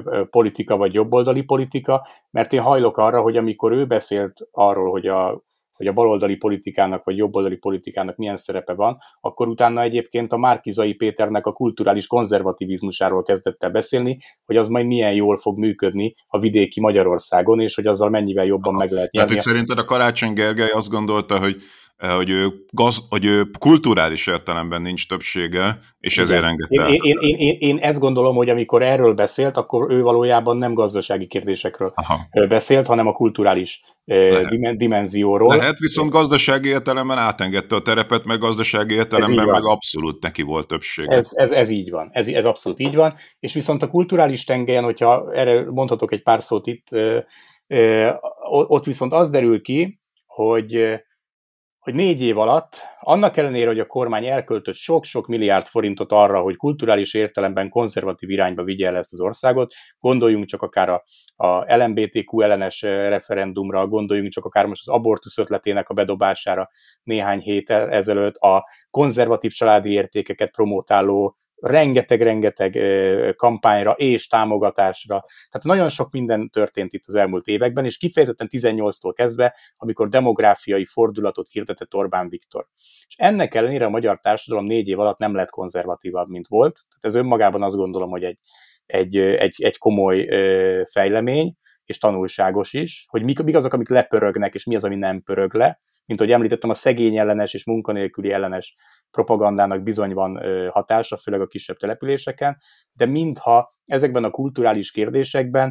politika, vagy jobboldali politika, mert én hajlok arra, hogy amikor ő beszélt arról, hogy hogy a baloldali politikának vagy jobboldali politikának milyen szerepe van, akkor utána egyébként a Márki-Zay Péternek a kulturális konzervativizmusáról kezdett el beszélni, hogy az majd milyen jól fog működni a vidéki Magyarországon, és hogy azzal mennyivel jobban meg lehet nyerni. Tehát, hogy szerinted a Karácsony Gergely azt gondolta, hogy ő kulturális értelemben nincs többsége, és ezért engedte el. Én ezt gondolom, hogy amikor erről beszélt, akkor ő valójában nem gazdasági kérdésekről beszélt, hanem a kulturális dimenzióról. Lehet, viszont gazdasági értelemben átengedte a terepet, meg gazdasági értelemben meg abszolút neki volt többsége. Ez így van, ez abszolút így van, és viszont a kulturális tengelyen, hogyha erre mondhatok egy pár szót itt, ott viszont az derül ki, hogy 4 év alatt, annak ellenére, hogy a kormány elköltött sok-sok milliárd forintot arra, hogy kulturális értelemben konzervatív irányba vigye el ezt az országot, gondoljunk csak akár a LMBTQ ellenes referendumra, gondoljunk csak akár most az abortusz ötletének a bedobására néhány héttel ezelőtt, a konzervatív családi értékeket promotáló rengeteg kampányra és támogatásra. Tehát nagyon sok minden történt itt az elmúlt években, és kifejezetten 18-tól kezdve, amikor demográfiai fordulatot hirdetett Orbán Viktor. És ennek ellenére a magyar társadalom 4 év alatt nem lett konzervatívabb, mint volt. Tehát ez önmagában azt gondolom, hogy egy komoly fejlemény, és tanulságos is, hogy mik azok, amik lepörögnek, és mi az, ami nem pörög le. Mint ahogy említettem, a szegény ellenes és munkanélküli ellenes propagandának bizony van hatása, főleg a kisebb településeken, de mintha ezekben a kulturális kérdésekben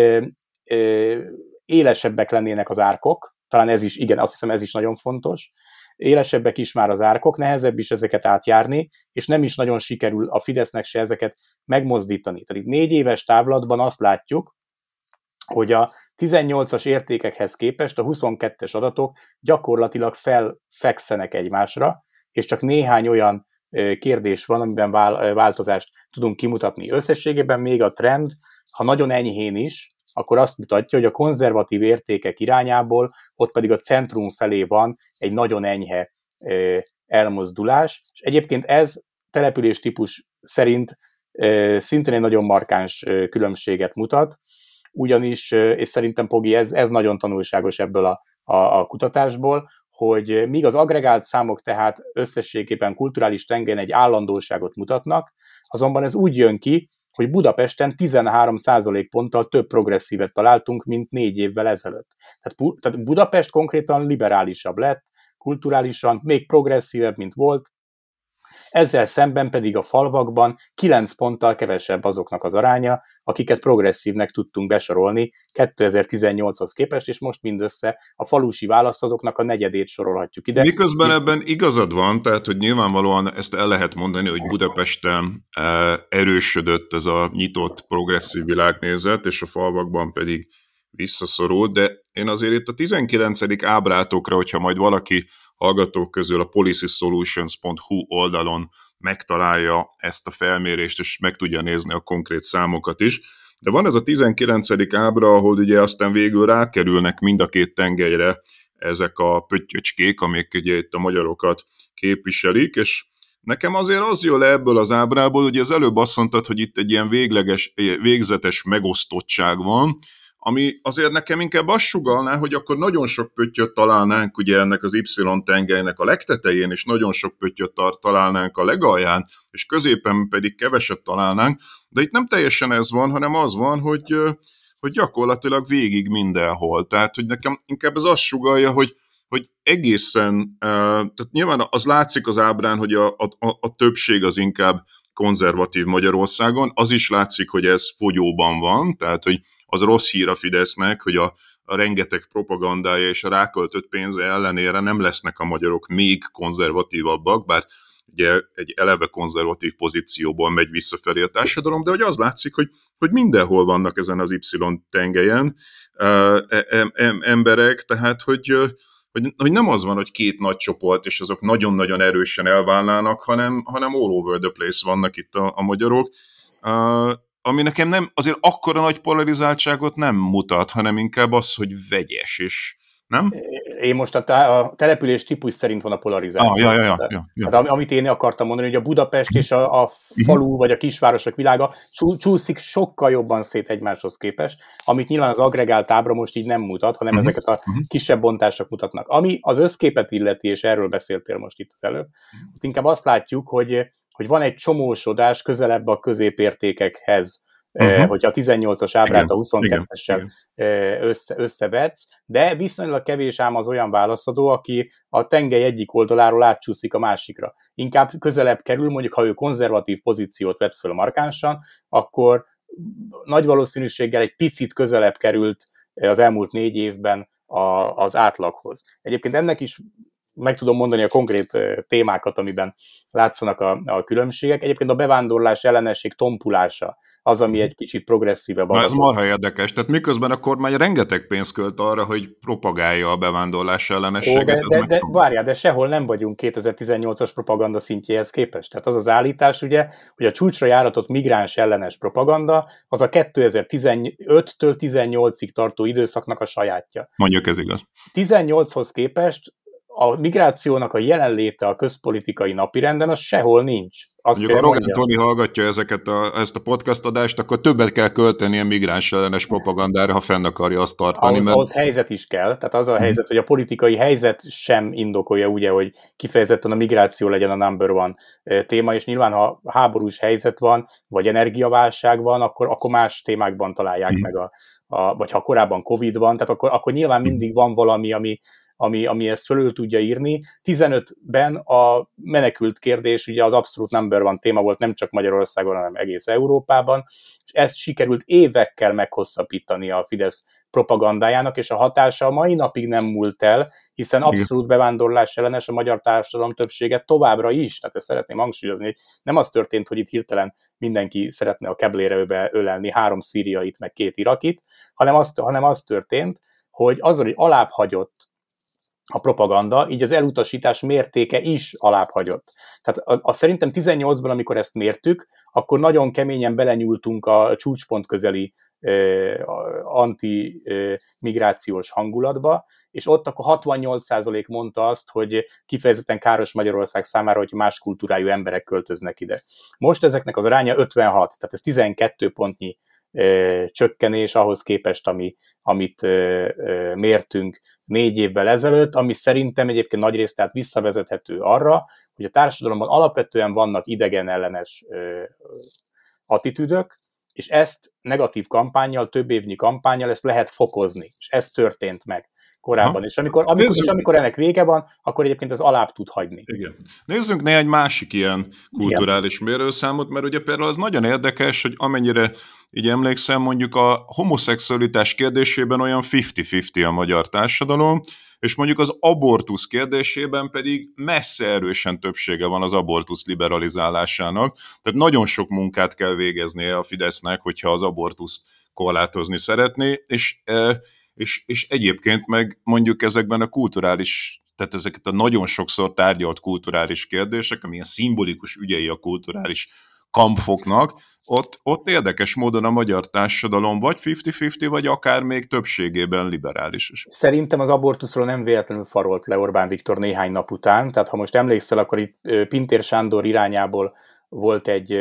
élesebbek lennének az árkok, talán ez is, igen, azt hiszem ez is nagyon fontos, élesebbek is már az árkok, nehezebb is ezeket átjárni, és nem is nagyon sikerül a Fidesznek se ezeket megmozdítani. Tehát itt 4 éves távlatban azt látjuk, hogy a 18-as értékekhez képest a 22-es adatok gyakorlatilag felfekszenek egymásra, és csak néhány olyan kérdés van, amiben változást tudunk kimutatni. Összességében még a trend, ha nagyon enyhén is, akkor azt mutatja, hogy a konzervatív értékek irányából, ott pedig a centrum felé van egy nagyon enyhe elmozdulás, és egyébként ez település típus szerint szintén egy nagyon markáns különbséget mutat, ugyanis, és szerintem Pogi, ez nagyon tanulságos ebből a kutatásból, hogy míg az agregált számok tehát összességében kulturális tengelyen egy állandóságot mutatnak, azonban ez úgy jön ki, hogy Budapesten 13% ponttal több progresszívet találtunk, mint 4 évvel ezelőtt. Tehát Budapest konkrétan liberálisabb lett, kulturálisan még progresszívebb, mint volt, ezzel szemben pedig a falvakban 9 ponttal kevesebb azoknak az aránya, akiket progresszívnek tudtunk besorolni 2018-hoz képest, és most mindössze a falusi választóknak a negyedét sorolhatjuk ide. Miközben ebben igazad van, tehát hogy nyilvánvalóan ezt el lehet mondani, hogy Budapesten erősödött ez a nyitott progresszív világnézet, és a falvakban pedig visszaszorult, de én azért itt a 19. ábrátokra, hogyha majd valaki hallgatók közül a policysolutions.hu oldalon megtalálja ezt a felmérést, és meg tudja nézni a konkrét számokat is. De van ez a 19. ábra, ahol ugye aztán végül rákerülnek mind a két tengelyre ezek a pöttyöcskék, amik ugye itt a magyarokat képviselik, és nekem azért az jön le ebből az ábrából, hogy az előbb azt mondtad, hogy itt egy ilyen végzetes megosztottság van, ami azért nekem inkább azt sugallná, hogy akkor nagyon sok pöttyöt találnánk ugye ennek az Y-tengelynek a legtetején, és nagyon sok pöttyöt találnánk a legalján, és középen pedig keveset találnánk, de itt nem teljesen ez van, hanem az van, hogy gyakorlatilag végig mindenhol. Tehát, hogy nekem inkább ez azt sugallja, hogy egészen, tehát nyilván az látszik az ábrán, hogy a többség az inkább konzervatív Magyarországon, az is látszik, hogy ez fogyóban van, tehát, hogy az rossz hír a Fidesznek, hogy a rengeteg propagandája és a ráköltött pénze ellenére nem lesznek a magyarok még konzervatívabbak, bár ugye egy eleve konzervatív pozícióból megy visszafelé a társadalom, de hogy az látszik, hogy mindenhol vannak ezen az Y-tengelyen emberek, tehát hogy nem az van, hogy két nagy csoport, és azok nagyon-nagyon erősen elválnának, hanem all over the place vannak itt a magyarok, ami nekem nem, azért akkora nagy polarizáltságot nem mutat, hanem inkább az, hogy vegyes, nem? Én most a település típus szerint van a polarizáció. Ja. Tehát, amit én akartam mondani, hogy a Budapest és a falu vagy a kisvárosok világa csúszik sokkal jobban szét egymáshoz képest, amit nyilván az agregált ábra most így nem mutat, hanem ezeket a kisebb bontások mutatnak. Ami az összképet illeti, és erről beszéltél most itt az előbb, inkább azt látjuk, hogy van egy csomósodás közelebb a középértékekhez, hogyha a 18-as ábrát a 22-essel összevetsz, de viszonylag kevés ám az olyan válaszadó, aki a tengely egyik oldaláról átcsúszik a másikra. Inkább közelebb kerül, mondjuk ha ő konzervatív pozíciót vett föl markánsan, akkor nagy valószínűséggel egy picit közelebb került az elmúlt 4 évben az átlaghoz. Egyébként ennek is meg tudom mondani a konkrét témákat, amiben látszanak a különbségek. Egyébként a bevándorlás ellenesség tompulása az, ami egy kicsit progresszívebb. Na ez marha érdekes. Tehát miközben a kormány rengeteg pénzt költ arra, hogy propagálja a bevándorlás ellenességet. De várjál, de sehol nem vagyunk 2018-as propaganda szintjéhez képest. Tehát az az állítás, ugye, hogy a csúcsra járatott migráns ellenes propaganda az a 2015-től 18-ig tartó időszaknak a sajátja. Mondjuk ez igaz. 18-hoz képest a migrációnak a jelenléte a közpolitikai napirenden az sehol nincs. Mondjuk a Rogán Toni hallgatja ezt a podcast adást, akkor többet kell költeni a migráns ellenes propagandára, ha fenn akarja azt tartani. Ahhoz helyzet is kell, tehát az a helyzet, hogy a politikai helyzet sem indokolja ugye, hogy kifejezetten a migráció legyen a number one téma, és nyilván ha háborús helyzet van, vagy energiaválság van, akkor más témákban találják meg vagy ha korábban Covid van, tehát akkor nyilván mindig van valami, ami ezt fölül tudja írni. 15-ben a menekült kérdés ugye az abszolút number one téma volt nem csak Magyarországon, hanem egész Európában, és ezt sikerült évekkel meghosszabbítani a Fidesz propagandájának, és a hatása a mai napig nem múlt el, hiszen abszolút bevándorlás ellenes a magyar társadalom többsége továbbra is. Tehát ezt szeretném hangsúlyozni, hogy nem az történt, hogy itt hirtelen mindenki szeretne a keblére ölelni 3 szíriait, meg 2 irakit, hanem az történt, hogy azzal, hogy alábbhagyott a propaganda, így az elutasítás mértéke is alábbhagyott. Tehát szerintem 18-ban, amikor ezt mértük, akkor nagyon keményen belenyúltunk a csúcspont közeli anti-migrációs hangulatba, és ott akkor 68% mondta azt, hogy kifejezetten káros Magyarország számára, hogy más kultúrájú emberek költöznek ide. Most ezeknek az aránya 56, tehát ez 12 pontnyi csökkenés ahhoz képest, amit mértünk 4 évvel ezelőtt, ami szerintem egyébként nagyrészt tehát visszavezethető arra, hogy a társadalomban alapvetően vannak idegen ellenes attitűdök, és ezt negatív kampánnyal, több évnyi kampánnyal ezt lehet fokozni, és ez történt meg korábban. És amikor ennek vége van, akkor egyébként ez alább tud hagyni. Igen. Nézzünk néhány másik ilyen kulturális mérőszámot, mert ugye például az nagyon érdekes, hogy amennyire így emlékszem, mondjuk a homoszexualitás kérdésében olyan 50-50 a magyar társadalom, és mondjuk az abortusz kérdésében pedig messze erősen többsége van az abortusz liberalizálásának. Tehát nagyon sok munkát kell végeznie a Fidesznek, hogyha az abortuszt korlátozni szeretné, és egyébként meg mondjuk ezekben a kulturális, tehát ezeket a nagyon sokszor tárgyalt kulturális kérdések, amilyen szimbolikus ügyei a kulturális kampfoknak, ott érdekes módon a magyar társadalom vagy 50-50, vagy akár még többségében liberális is. Szerintem az abortuszról nem véletlenül farolt le Orbán Viktor néhány nap után, tehát ha most emlékszel, akkor itt Pintér Sándor irányából volt egy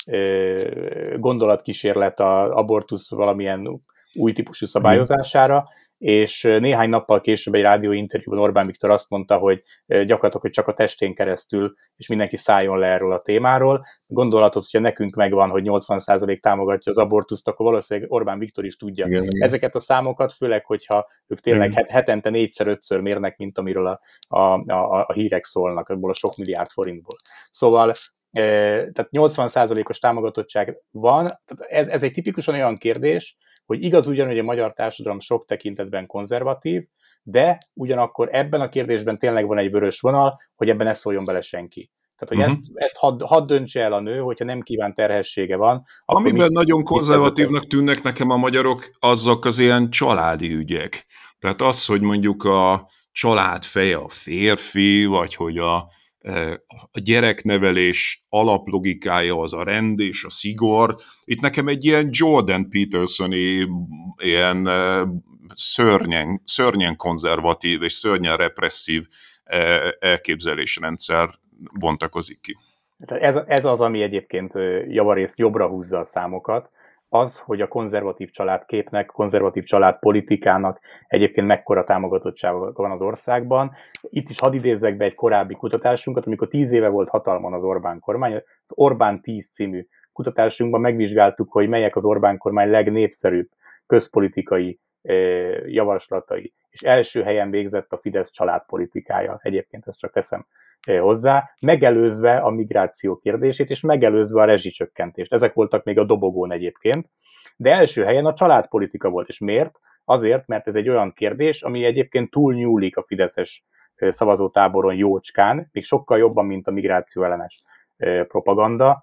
gondolatkísérlet az abortusz valamilyen új típusú szabályozására, és néhány nappal később egy rádióinterjúban Orbán Viktor azt mondta, hogy gyakorlatilag, hogy csak a testén keresztül, és mindenki szálljon le erről a témáról. Gondolatot, hogyha nekünk megvan, hogy 80% támogatja az abortuszt, akkor valószínűleg Orbán Viktor is tudja ezeket a számokat, főleg, hogyha ők tényleg hetente 4-5-ször mérnek, mint amiről a hírek szólnak, abból a sok milliárd forintból. Szóval tehát 80%-os támogatottság van. Tehát ez egy tipikusan olyan kérdés, hogy igaz ugyan, hogy a magyar társadalom sok tekintetben konzervatív, de ugyanakkor ebben a kérdésben tényleg van egy vörös vonal, hogy ebben ne szóljon bele senki. Tehát, hogy ezt hadd döntse el a nő, hogyha nem kíván terhessége van. Amiben nagyon konzervatívnak tűnnek nekem a magyarok, azok az ilyen családi ügyek. Tehát az, hogy mondjuk a család feje a férfi, vagy hogy a gyereknevelés alaplogikája az a rend és a szigor. Itt nekem egy ilyen Jordan Peterson-i ilyen szörnyen konzervatív és szörnyen represszív elképzelésrendszer bontakozik ki. Ez az, ami egyébként javarészt jobbra húzza a számokat, az, hogy a konzervatív családképnek, konzervatív családpolitikának egyébként mekkora támogatottsága van az országban. Itt is hadd idézzek be egy korábbi kutatásunkat, amikor 10 éve volt hatalmon az Orbán kormány. Az Orbán 10 című kutatásunkban megvizsgáltuk, hogy melyek az Orbán kormány legnépszerűbb közpolitikai javaslatai. És első helyen végzett a Fidesz családpolitikája. Egyébként ezt csak teszem hozzá, megelőzve a migráció kérdését, és megelőzve a rezsicsökkentést. Ezek voltak még a dobogón egyébként, de első helyen a családpolitika volt. És miért? Azért, mert ez egy olyan kérdés, ami egyébként túlnyúlik a fideszes szavazótáboron jócskán, még sokkal jobban, mint a migráció ellenes propaganda,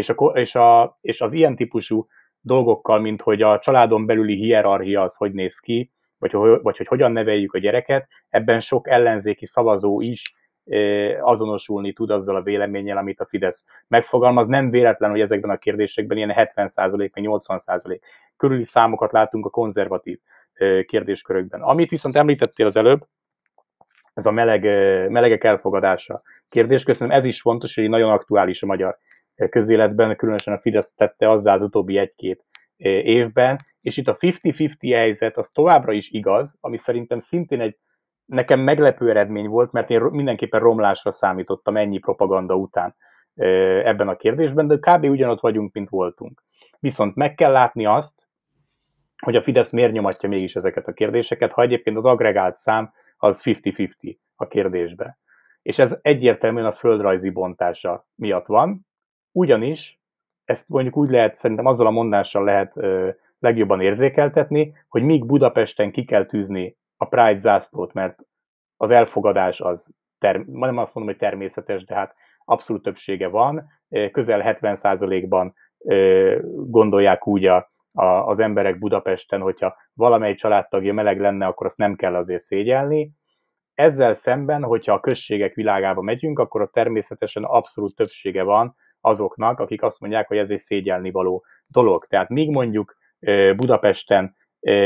és az ilyen típusú dolgokkal, mint hogy a családon belüli hierarchia az hogy néz ki, vagy hogy hogyan neveljük a gyereket, ebben sok ellenzéki szavazó is azonosulni tud azzal a véleménnyel, amit a Fidesz megfogalmaz. Nem véletlen, hogy ezekben a kérdésekben ilyen 70% vagy 80% körüli számokat látunk a konzervatív kérdéskörökben. Amit viszont említettél az előbb, ez a melegek elfogadása kérdés. Köszönöm, ez is fontos, hogy nagyon aktuális a magyar közéletben, különösen a Fidesz tette azzá az utóbbi 1-2 évben, és itt a 50-50 helyzet az továbbra is igaz, ami szerintem szintén egy nekem meglepő eredmény volt, mert én mindenképpen romlásra számítottam ennyi propaganda után ebben a kérdésben, de kb. Ugyanott vagyunk, mint voltunk. Viszont meg kell látni azt, hogy a Fidesz miért nyomatja mégis ezeket a kérdéseket, ha egyébként az agregált szám az 50-50 a kérdésben. És ez egyértelműen a földrajzi bontása miatt van, ugyanis ezt mondjuk úgy lehet, szerintem azzal a mondással lehet legjobban érzékeltetni, hogy míg Budapesten ki kell tűzni a Pride zászlót, mert az elfogadás az, nem azt mondom, hogy természetes, de hát abszolút többsége van, közel 70%-ban gondolják úgy az emberek Budapesten, hogyha valamely családtagja meleg lenne, akkor azt nem kell azért szégyelni. Ezzel szemben, hogyha a községek világába megyünk, akkor ott természetesen abszolút többsége van azoknak, akik azt mondják, hogy ez egy szégyelnivaló dolog. Tehát míg mondjuk Budapesten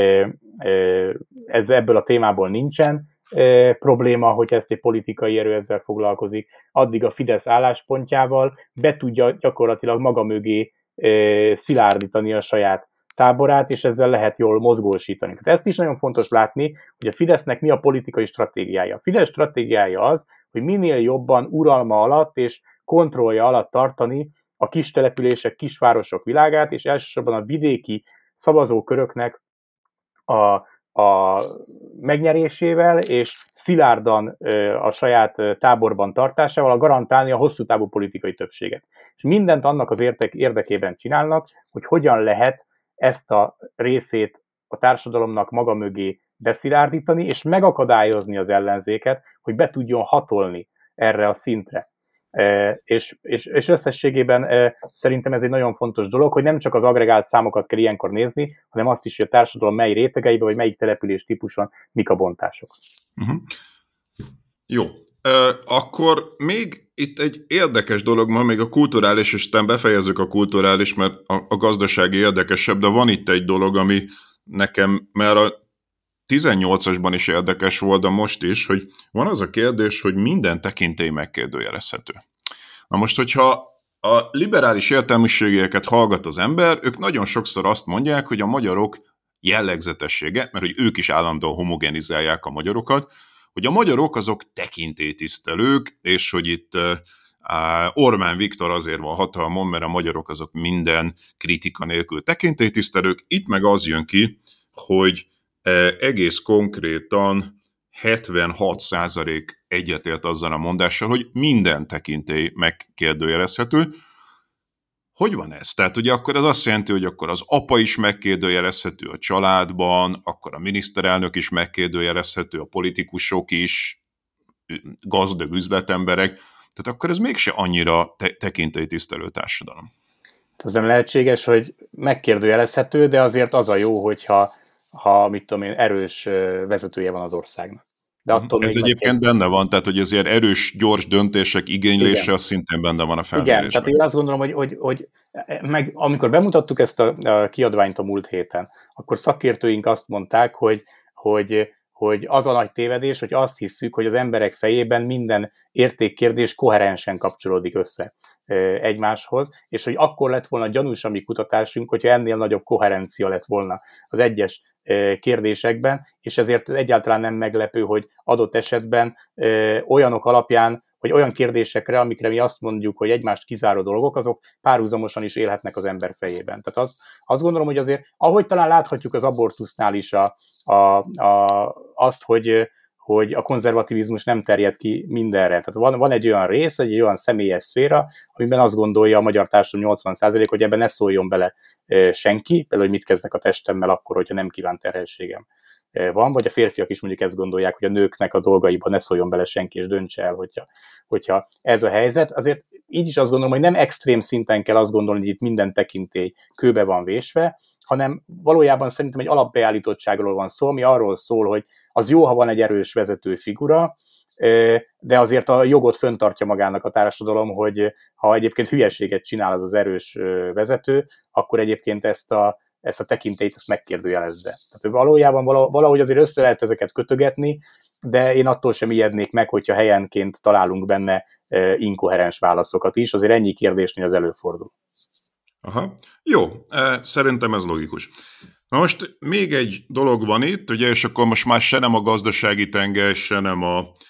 ez ebből a témából nincsen probléma, hogy ezt egy politikai erő ezzel foglalkozik, addig a Fidesz álláspontjával be tudja gyakorlatilag maga mögé szilárdítani a saját táborát, és ezzel lehet jól mozgósítani. Tehát ezt is nagyon fontos látni, hogy a Fidesznek mi a politikai stratégiája. A Fidesz stratégiája az, hogy minél jobban uralma alatt és kontrollja alatt tartani a kis települések, kisvárosok világát, és elsősorban a vidéki szavazóköröknek a megnyerésével és szilárdan a saját táborban tartásával garantálni a hosszú távú politikai többséget. És mindent annak az érdekében csinálnak, hogy hogyan lehet ezt a részét a társadalomnak maga mögé beszilárdítani, és megakadályozni az ellenzéket, hogy be tudjon hatolni erre a szintre. És összességében szerintem ez egy nagyon fontos dolog, hogy nem csak az agregált számokat kell ilyenkor nézni, hanem azt is, hogy a társadalom mely rétegeiben, vagy melyik település típuson mik a bontások. Uh-huh. Jó. Akkor még itt egy érdekes dolog, ma még a kulturális, és aztán befejezzük a kulturális, mert a gazdasági érdekesebb, de van itt egy dolog, ami nekem, mert a 18-asban is érdekes volt, de most is, hogy van az a kérdés, hogy minden tekintély megkérdőjelezhető. Na most, hogyha a liberális értelmiségieket hallgat az ember, ők nagyon sokszor azt mondják, hogy a magyarok jellegzetessége, mert hogy ők is állandóan homogenizálják a magyarokat, hogy a magyarok azok tekintélytisztelők, és hogy itt Orbán Viktor azért van hatalmon, mert a magyarok azok minden kritika nélkül tekintélytisztelők. Itt meg az jön ki, hogy egész konkrétan 76% egyetért azzal a mondással, hogy minden tekintély megkérdőjelezhető. Hogy van ez? Tehát ugye akkor az azt jelenti, hogy akkor az apa is megkérdőjelezhető a családban, akkor a miniszterelnök is megkérdőjelezhető, a politikusok is, gazdag üzletemberek. Tehát akkor ez mégse annyira tekintélytisztelő társadalom. Ez nem lehetséges, hogy megkérdőjelezhető, de azért az a jó, hogyha mit tudom én, erős vezetője van az országnak. De attól ez egyébként benne van, tehát hogy ezért erős, gyors döntések igénylése, az szintén benne van a felmérésben. Igen, tehát én azt gondolom, hogy meg, amikor bemutattuk ezt a kiadványt a múlt héten, akkor szakértőink azt mondták, hogy az a nagy tévedés, hogy azt hiszük, hogy az emberek fejében minden értékkérdés koherensen kapcsolódik össze egymáshoz, és hogy akkor lett volna gyanús a mi kutatásunk, hogyha ennél nagyobb koherencia lett volna az egyes kérdésekben, és ezért egyáltalán nem meglepő, hogy adott esetben olyanok alapján, vagy olyan kérdésekre, amikre mi azt mondjuk, hogy egymást kizáró dolgok, azok párhuzamosan is élhetnek az ember fejében. Tehát azt gondolom, hogy azért, ahogy talán láthatjuk az abortusznál is azt, hogy a konzervativizmus nem terjed ki mindenre. Tehát van egy olyan rész, egy olyan személyes szféra, amiben azt gondolja a magyar társadalom 80%, hogy ebben ne szóljon bele senki, például, hogy mit kezdek a testemmel akkor, hogyha nem kívánt terhességem van, vagy a férfiak is mondjuk ezt gondolják, hogy a nőknek a dolgaiban ne szóljon bele senki, és döntse el, hogyha ez a helyzet. Azért így is azt gondolom, hogy nem extrém szinten kell azt gondolni, hogy itt minden tekintély kőbe van vésve, hanem valójában szerintem egy alapbeállítottságról van szó, ami arról szól, hogy az jó, ha van egy erős vezető figura, de azért a jogot fenntartja magának a társadalom, hogy ha egyébként hülyeséget csinál az erős vezető, akkor egyébként ezt a tekintélyt megkérdőjelezze. Tehát valójában valahogy azért össze lehet ezeket kötögetni, de én attól sem ijednék meg, hogyha helyenként találunk benne inkoherens válaszokat is, azért ennyi kérdésnél az előfordul. Aha. Jó, szerintem ez logikus. Na most még egy dolog van itt, ugye, és akkor most már se nem a gazdasági tenger, se nem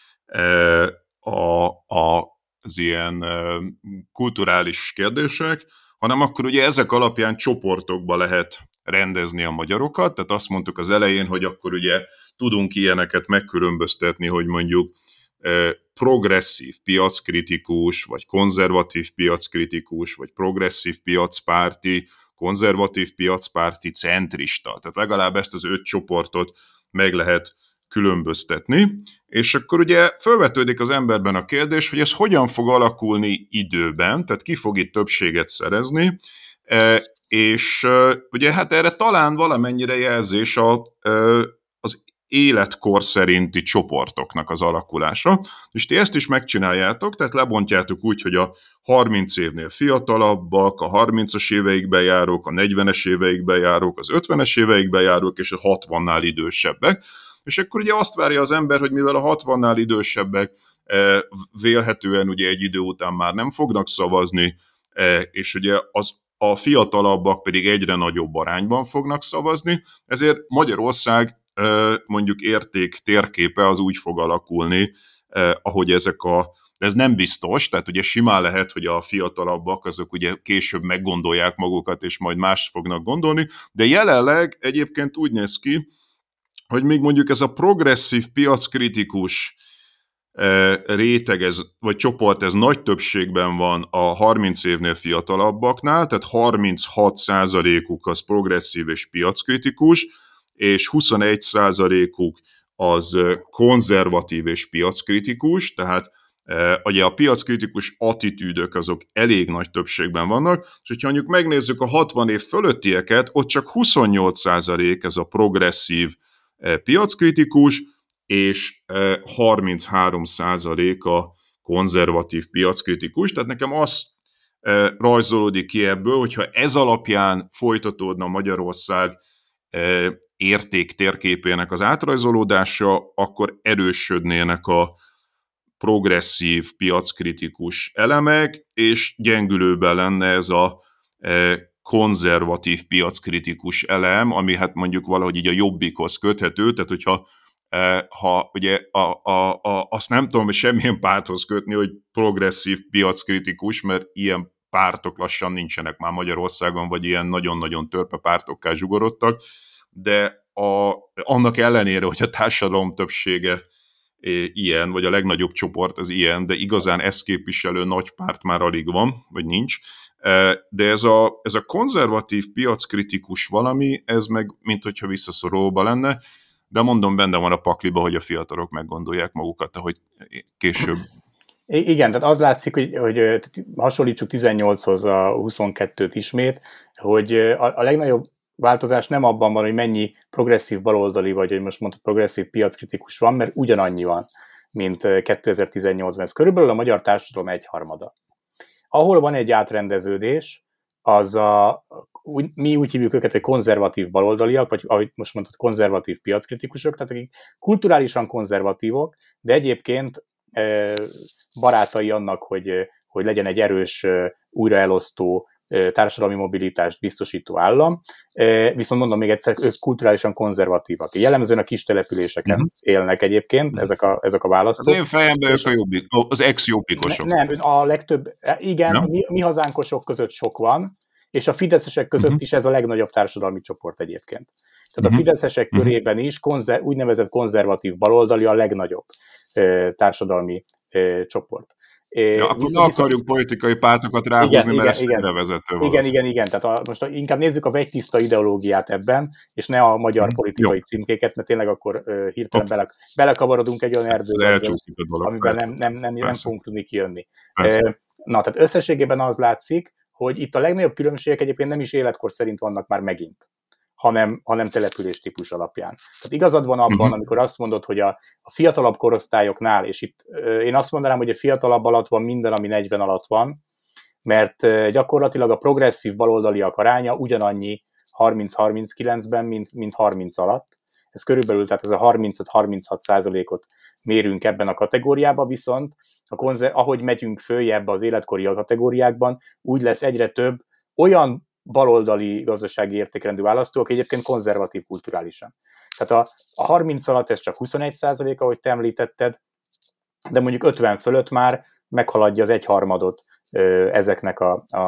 az ilyen kulturális kérdések, hanem akkor ugye ezek alapján csoportokba lehet rendezni a magyarokat, tehát azt mondtuk az elején, hogy akkor ugye tudunk ilyeneket megkülönböztetni, hogy mondjuk progresszív piackritikus, vagy konzervatív piackritikus, vagy progresszív piacpárti, konzervatív piacpárti, centrista. Tehát legalább ezt az 5 csoportot meg lehet különböztetni, és akkor ugye felvetődik az emberben a kérdés, hogy ez hogyan fog alakulni időben, tehát ki fog itt többséget szerezni, és ugye hát erre talán valamennyire jelzés az életkor szerinti csoportoknak az alakulása, és ti ezt is megcsináljátok, tehát lebontjátok úgy, hogy a 30 évnél fiatalabbak, a 30-as éveikben járók, a 40-es éveikben járók, az 50-es éveikben járók, és a 60-nál idősebbek, és akkor ugye azt várja az ember, hogy mivel a 60-nál idősebbek vélhetően ugye egy idő után már nem fognak szavazni, és ugye a fiatalabbak pedig egyre nagyobb arányban fognak szavazni, ezért Magyarország mondjuk érték térképe az úgy fog alakulni, ahogy ez nem biztos, tehát ugye simán lehet, hogy a fiatalabbak azok ugye később meggondolják magukat, és majd más fognak gondolni, de jelenleg egyébként úgy néz ki, hogy még mondjuk ez a progresszív piackritikus réteg, vagy csoport, ez nagy többségben van a 30 évnél fiatalabbaknál, tehát 36%-uk az progresszív és piackritikus, és 21%-uk az konzervatív és piackritikus, tehát ugye a piackritikus attitűdök azok elég nagy többségben vannak, és hogyha mondjuk megnézzük a 60 év fölöttieket, ott csak 28% ez a progresszív piackritikus, és 33% a konzervatív piackritikus. Tehát nekem az rajzolódik ki ebből, hogyha ez alapján folytatódna Magyarország érték térképének az átrajzolódása, akkor erősödnének a progresszív piackritikus elemek, és gyengülőben lenne ez a konzervatív piackritikus elem, ami hát mondjuk valahogy így a Jobbikhoz köthető, tehát hogyha ugye azt nem tudom, hogy semmilyen párthoz kötni, hogy progresszív piackritikus, mert ilyen pártok lassan nincsenek már Magyarországon, vagy ilyen nagyon-nagyon törpe pártokká zsugorodtak, de annak ellenére, hogy a társadalom többsége ilyen, vagy a legnagyobb csoport az ilyen, de igazán ezt képviselő nagy párt már alig van, vagy nincs, de ez a konzervatív piackritikus valami, ez meg mint hogyha visszaszorulóba lenne, de mondom, benne van a pakliba, hogy a fiatalok meggondolják magukat, ahogy később. Igen, tehát az látszik, hogy hasonlítsuk 18-hoz a 22-t ismét, hogy a legnagyobb változás nem abban van, hogy mennyi progresszív baloldali, vagy hogy most mondtad progresszív piackritikus van, mert ugyanannyi van, mint 2018-ban. Ez körülbelül a magyar társadalom 1/3. Ahol van egy átrendeződés, mi úgy hívjuk őket, hogy konzervatív baloldaliak, vagy ahogy most mondtad, konzervatív piackritikusok, tehát akik kulturálisan konzervatívok, de egyébként barátai annak, hogy legyen egy erős, újraelosztó, társadalmi mobilitást biztosító állam, viszont mondom még egyszer, ők kulturálisan konzervatívak. Jellemzően a kis településeken élnek egyébként ezek a választók. Az én fejemben ők az ex-jobbikosok. Nem, a legtöbb, igen, mi hazánkosok között sok van, és a fideszesek között is ez a legnagyobb társadalmi csoport egyébként. Tehát a fideszesek körében is úgynevezett konzervatív baloldali a legnagyobb társadalmi csoport. Akkor ne akarjuk politikai pártokat ráhúzni, mert ez félrevezető volt. Igen. Tehát most inkább nézzük a vegytiszta ideológiát ebben, és ne a magyar politikai címkéket, mert tényleg akkor hirtelen belekavarodunk egy olyan erdőbe, amiben nem fogunk tudni kijönni. Tehát összességében az látszik, hogy itt a legnagyobb különbségek egyébként nem is életkor szerint vannak már megint, hanem település típus alapján. Tehát igazad van abban, amikor azt mondod, hogy a fiatalabb korosztályoknál, és itt én azt mondanám, hogy a fiatalabb alatt van minden, ami 40 alatt van, mert gyakorlatilag a progresszív baloldaliak aránya ugyanannyi 30-39-ben, mint 30 alatt. Ez körülbelül, tehát ez a 35-36%-ot mérünk ebben a kategóriában, viszont ahogy megyünk följebb az életkori kategóriákban, úgy lesz egyre több olyan baloldali gazdasági értékrendű választó, aki egyébként konzervatív kulturálisan. Tehát a 30 alatt ez csak 21%, ahogy te említetted, de mondjuk 50 fölött már meghaladja az egyharmadot ezeknek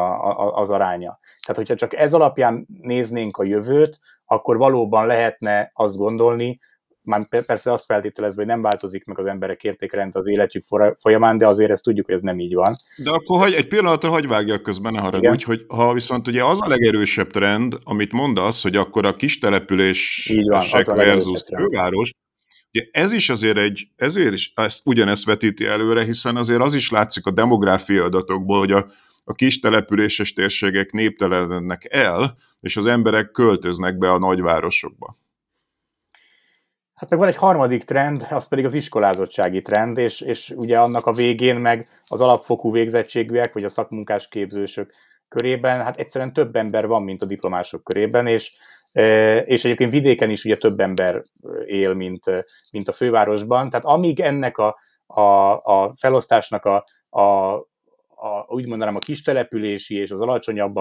az aránya. Tehát, hogyha csak ez alapján néznénk a jövőt, akkor valóban lehetne azt gondolni, már persze azt feltételezve, hogy nem változik meg az emberek értékrend az életük folyamán, de azért ezt tudjuk, hogy ez nem így van. De akkor egy pillanatra hagyj vágjak közben, ne haragudj, hogy ha viszont ugye az a legerősebb trend, amit mondasz, hogy akkor a kis települések versus főváros, ugye ez is ezért is ugyanezt vetíti előre, hiszen azért az is látszik a demográfiai adatokból, hogy a kis településes térségek néptelenednek el, és az emberek költöznek be a nagyvárosokba. Hát meg van egy harmadik trend, az pedig az iskolázottsági trend, és ugye annak a végén meg az alapfokú végzettségűek, vagy a szakmunkás képzősök körében, hát egyszerűen több ember van, mint a diplomások körében, és egyébként vidéken is ugye több ember él, mint a fővárosban. Tehát amíg ennek a felosztásnak úgy mondanám a kistelepülési és az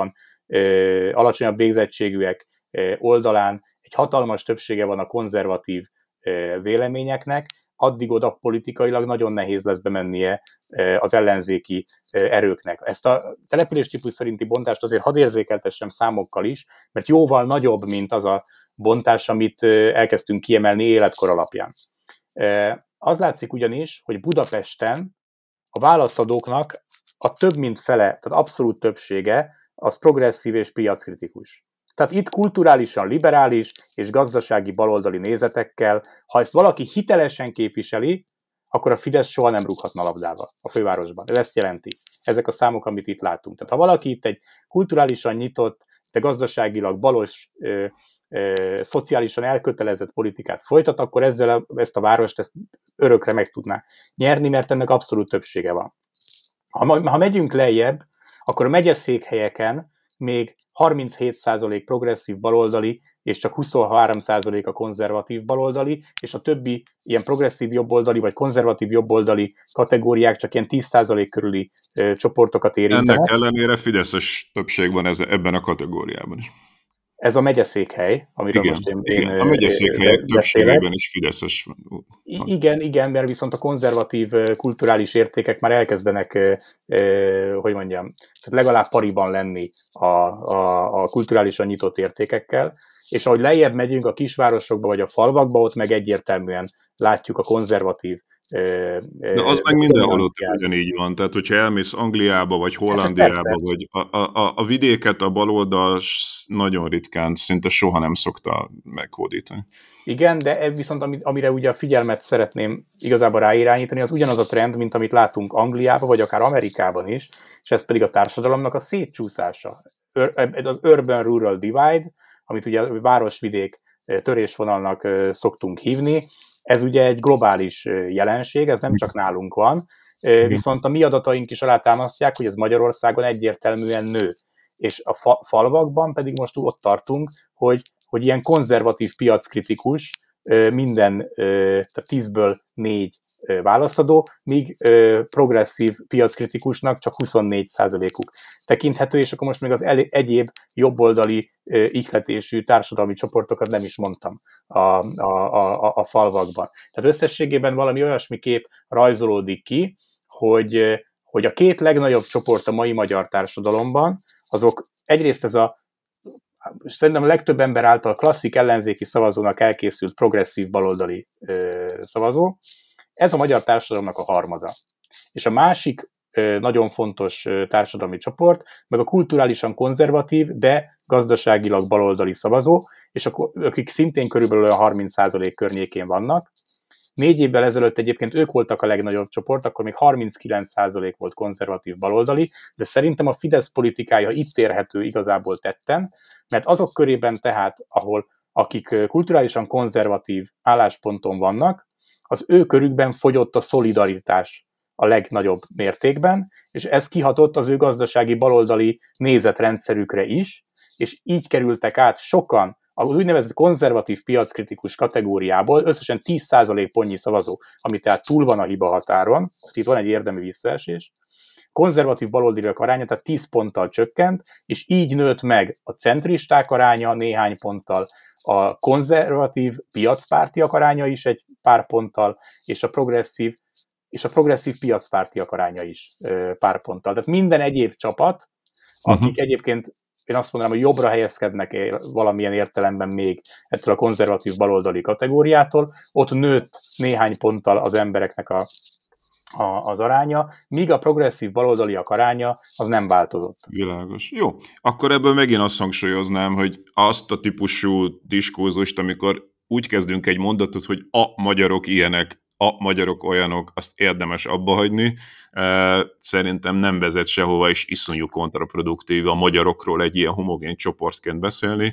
alacsonyabb végzettségűek oldalán egy hatalmas többsége van a konzervatív véleményeknek, addig oda politikailag nagyon nehéz lesz bemennie az ellenzéki erőknek. Ezt a településtípus szerinti bontást azért hadd érzékeltessem számokkal is, mert jóval nagyobb, mint az a bontás, amit elkezdtünk kiemelni életkor alapján. Az látszik ugyanis, hogy Budapesten a válaszadóknak a több mint fele, tehát abszolút többsége, az progresszív és piackritikus. Tehát itt kulturálisan liberális és gazdasági baloldali nézetekkel, ha ezt valaki hitelesen képviseli, akkor a Fidesz soha nem rúghatna labdába a fővárosban. Ez ezt jelenti. Ezek a számok, amit itt látunk. Tehát ha valaki itt egy kulturálisan nyitott, de gazdaságilag balos, szociálisan elkötelezett politikát folytat, akkor ezt a várost örökre meg tudná nyerni, mert ennek abszolút többsége van. Ha megyünk lejjebb, akkor a megyeszékhelyeken még 37% progresszív baloldali, és csak 23% a konzervatív baloldali, és a többi ilyen progresszív jobboldali, vagy konzervatív jobboldali kategóriák csak ilyen 10% körüli csoportokat érintenek. Ennek ellenére fideszes többség van ebben a kategóriában is. Ez a megyeszékhely, amiről igen, most én a megyeszékhelyek többségében is fideszes van. Igen, mert viszont a konzervatív kulturális értékek már elkezdenek, hogy mondjam, tehát legalább pariban lenni a kulturálisan nyitott értékekkel, és ahogy lejjebb megyünk a kisvárosokba vagy a falvakba, ott meg egyértelműen látjuk a konzervatív. De az meg mindenhol ott ugyanígy van, tehát hogyha elmész Angliába, vagy Hollandiába, vagy a vidéket a baloldal nagyon ritkán, szinte soha nem szokta meghódítani. Igen, de viszont amire ugye a figyelmet szeretném igazából ráirányítani, az ugyanaz a trend, mint amit látunk Angliában, vagy akár Amerikában is, és ez pedig a társadalomnak a szétcsúszása. Az urban-rural divide, amit ugye a városvidék törésvonalnak szoktunk hívni, ez ugye egy globális jelenség, ez nem csak nálunk van, viszont a mi adataink is alátámasztják, hogy ez Magyarországon egyértelműen nő. és a falvakban pedig most ott tartunk, hogy ilyen konzervatív piackritikus tehát 10-ből 4 válaszadó, míg progresszív piackritikusnak csak 24%-uk tekinthető, és akkor most még az egyéb jobboldali ihletésű társadalmi csoportokat nem is mondtam a falvakban. Tehát összességében valami olyasmi kép rajzolódik ki, hogy a 2 legnagyobb csoport a mai magyar társadalomban, azok egyrészt szerintem a legtöbb ember által klasszik ellenzéki szavazónak elkészült progresszív baloldali szavazó, ez a magyar társadalomnak a harmada. És a másik nagyon fontos társadalmi csoport, meg a kulturálisan konzervatív, de gazdaságilag baloldali szavazó, és akik szintén körülbelül a 30% környékén vannak. 4 évvel ezelőtt egyébként ők voltak a legnagyobb csoport, akkor még 39% volt konzervatív baloldali, de szerintem a Fidesz politikája itt érhető igazából tetten, mert azok körében tehát, akik kulturálisan konzervatív állásponton vannak, az ő körükben fogyott a szolidaritás a legnagyobb mértékben, és ez kihatott az ő gazdasági baloldali nézetrendszerükre is, és így kerültek át sokan az úgynevezett konzervatív piackritikus kategóriából összesen 10% pontnyi szavazó, ami tehát túl van a hiba határon, itt van egy érdemi visszaesés, konzervatív baloldaliak aránya, tehát 10 ponttal csökkent, és így nőtt meg a centristák aránya néhány ponttal, a konzervatív piacpártiak aránya is egy pár ponttal, és a progresszív piacpártiak aránya is pár ponttal. Tehát minden egyéb csapat, akik egyébként én azt mondanám, hogy jobbra helyezkednek valamilyen értelemben még ettől a konzervatív baloldali kategóriától, ott nőtt néhány ponttal az embereknek az aránya, míg a progresszív baloldaliak aránya az nem változott. Világos. Jó, akkor ebből megint azt hangsúlyoznám, hogy azt a típusú diskurzust, amikor úgy kezdünk egy mondatot, hogy a magyarok ilyenek, a magyarok olyanok, azt érdemes abba hagyni. Szerintem nem vezet sehova, és iszonyú kontraproduktív a magyarokról egy ilyen homogén csoportként beszélni.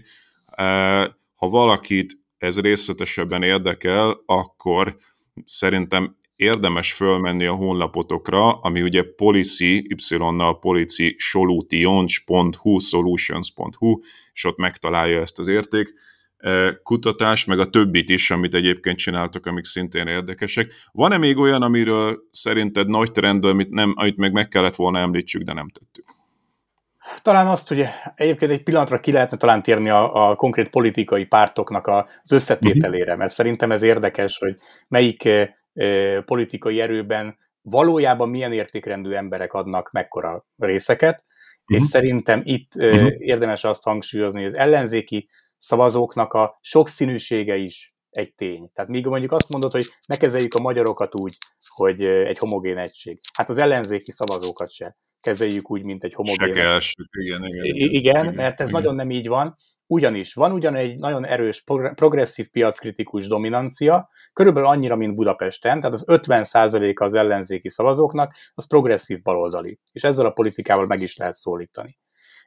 Ha valakit ez részletesebben érdekel, akkor szerintem érdemes fölmenni a honlapotokra, ami ugye policy, y-nal policy-solutions.hu, solutions.hu, és ott megtalálja ezt az értékkutatást, meg a többit is, amit egyébként csináltak, amik szintén érdekesek. Van-e még olyan, amiről szerinted nagy trendből, amit meg kellett volna említsük, de nem tettük? Talán azt, hogy egyébként egy pillanatra ki lehetne talán térni a konkrét politikai pártoknak az összetételére, mert szerintem ez érdekes, hogy melyik politikai erőben valójában milyen értékrendű emberek adnak mekkora részeket, és szerintem itt érdemes azt hangsúlyozni, hogy az ellenzéki szavazóknak a sokszínűsége is egy tény. Tehát míg mondjuk azt mondod, hogy ne kezeljük a magyarokat úgy, hogy egy homogén egység. Hát az ellenzéki szavazókat se kezeljük úgy, mint egy homogén egység. Igen, mert ez nagyon nem így van. Ugyanis van egy nagyon erős progresszív piackritikus dominancia, körülbelül annyira, mint Budapesten, tehát az 50%-a az ellenzéki szavazóknak, az progresszív baloldali, és ezzel a politikával meg is lehet szólítani.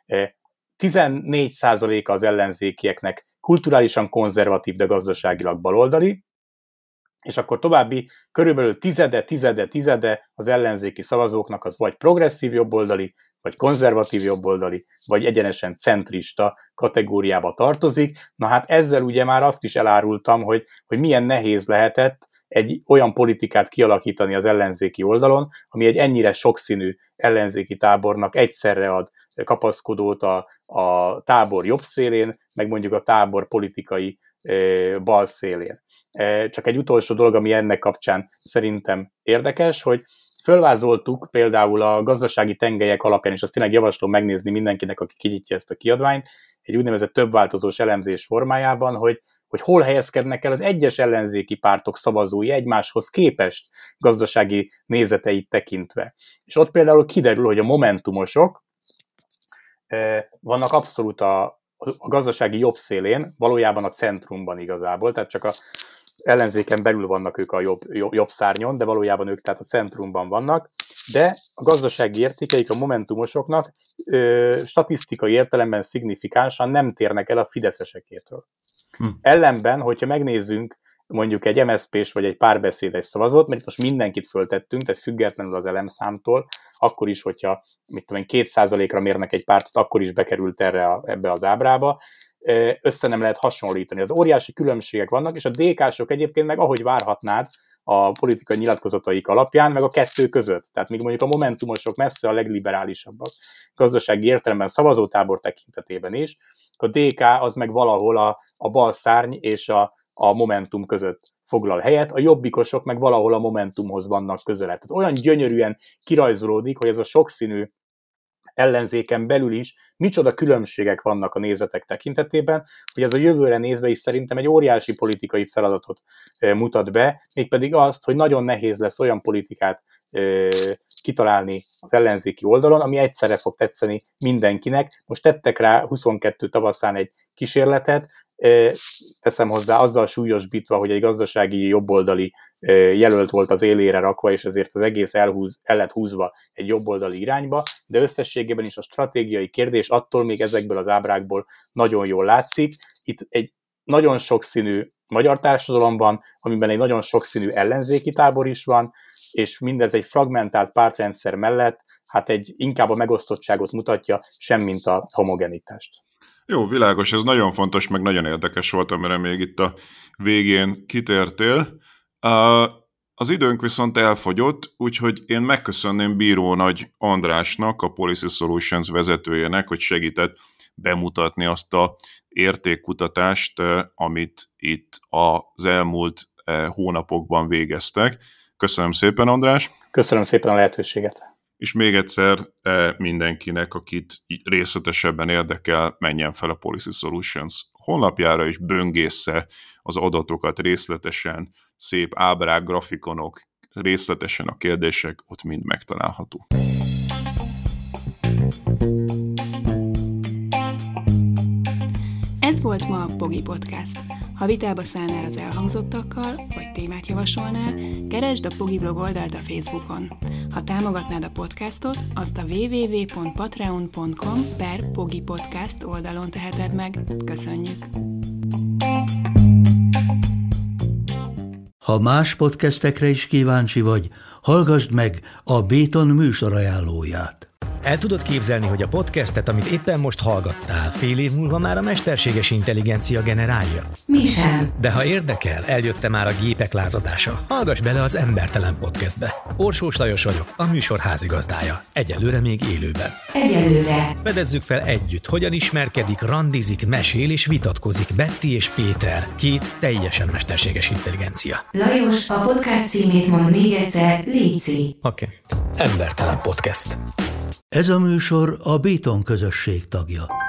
14%-a az ellenzékieknek kulturálisan konzervatív, de gazdaságilag baloldali, és akkor további körülbelül tizede az ellenzéki szavazóknak az vagy progresszív jobboldali, vagy konzervatív jobboldali, vagy egyenesen centrista kategóriába tartozik. Na hát ezzel ugye már azt is elárultam, hogy milyen nehéz lehetett egy olyan politikát kialakítani az ellenzéki oldalon, ami egy ennyire sokszínű ellenzéki tábornak egyszerre ad kapaszkodót a tábor jobb szélén, meg mondjuk a tábor politikai bal szélén. Csak egy utolsó dolog, ami ennek kapcsán szerintem érdekes, hogy fölvázoltuk például a gazdasági tengelyek alapján, és azt tényleg javaslom megnézni mindenkinek, aki kinyitja ezt a kiadványt, egy úgynevezett többváltozós elemzés formájában, hogy hol helyezkednek el az egyes ellenzéki pártok szavazói egymáshoz képest gazdasági nézeteit tekintve. És ott például kiderül, hogy a momentumosok vannak abszolút a gazdasági jobb szélén, valójában a centrumban igazából, tehát csak a ellenzéken belül vannak ők a jobb szárnyon, de valójában ők tehát a centrumban vannak, de a gazdasági értékeik a momentumosoknak statisztikai értelemben szignifikánsan nem térnek el a fideszesekétől. Ellenben, hogyha megnézzünk mondjuk egy MSZP-s vagy egy párbeszédes szavazót, mert itt most mindenkit föltettünk, tehát függetlenül az elemszámtól, akkor is, hogyha 2%-ra mérnek egy pártot, akkor is bekerült ebbe az ábrába, össze nem lehet hasonlítani. Az óriási különbségek vannak, és a DK-sok egyébként meg ahogy várhatnád a politikai nyilatkozataik alapján, meg a kettő között. Tehát még mondjuk a momentumosok messze a legliberálisabbak, gazdasági értelemben szavazótábor tekintetében is, a DK az meg valahol a bal szárny és a Momentum között foglal helyet, a jobbikosok meg valahol a Momentumhoz vannak közel. Tehát olyan gyönyörűen kirajzolódik, hogy ez a sokszínű ellenzéken belül is micsoda különbségek vannak a nézetek tekintetében, hogy ez a jövőre nézve is szerintem egy óriási politikai feladatot mutat be, mégpedig azt, hogy nagyon nehéz lesz olyan politikát kitalálni az ellenzéki oldalon, ami egyszerre fog tetszeni mindenkinek. Most tettek rá 22 tavaszán egy kísérletet, teszem hozzá azzal súlyosbítva, hogy egy gazdasági jobboldali jelölt volt az élére rakva, és ezért az egész el lett húzva egy jobboldali irányba, de összességében is a stratégiai kérdés attól még ezekből az ábrákból nagyon jól látszik. Itt egy nagyon sokszínű magyar társadalom van, amiben egy nagyon sokszínű ellenzéki tábor is van, és mindez egy fragmentált pártrendszer mellett inkább a megosztottságot mutatja, semmint a homogenitást. Jó, világos, ez nagyon fontos, meg nagyon érdekes volt, amire még itt a végén kitértél. Az időnk viszont elfogyott, úgyhogy én megköszönném Bíró Nagy Andrásnak, a Policy Solutions vezetőjének, hogy segített bemutatni azt a értékkutatást, amit itt az elmúlt hónapokban végeztek. Köszönöm szépen, András! Köszönöm szépen a lehetőséget! És még egyszer mindenkinek, akit részletesebben érdekel, menjen fel a Policy Solutions honlapjára, és böngészze az adatokat részletesen, szép ábrák, grafikonok, részletesen a kérdések, ott mind megtalálható. Ez volt ma a Pogi Podcast. Ha vitába szállnál az elhangzottakkal, vagy témát javasolnál, keresd a Pogi blog oldalt a Facebookon. Ha támogatnád a podcastot, azt a www.patreon.com/pogipodcast oldalon teheted meg. Köszönjük! Ha más podcastekre is kíváncsi vagy, hallgassd meg a Béton műsor ajánlóját. El tudod képzelni, hogy a podcastet, amit éppen most hallgattál, fél év múlva már a mesterséges intelligencia generálja? Mi sem. De ha érdekel, eljött már a gépek lázadása. Hallgass bele az Embertelen Podcastbe. Orsós Lajos vagyok, a műsor házigazdája. Egyelőre még élőben. Egyelőre. Fedezzük fel együtt, hogyan ismerkedik, randizik, mesél és vitatkozik Betty és Péter, két teljesen mesterséges intelligencia. Lajos, a podcast címét mond még egyszer, léci. Oké. Embertelen Podcast. Ez a műsor a Béton közösség tagja.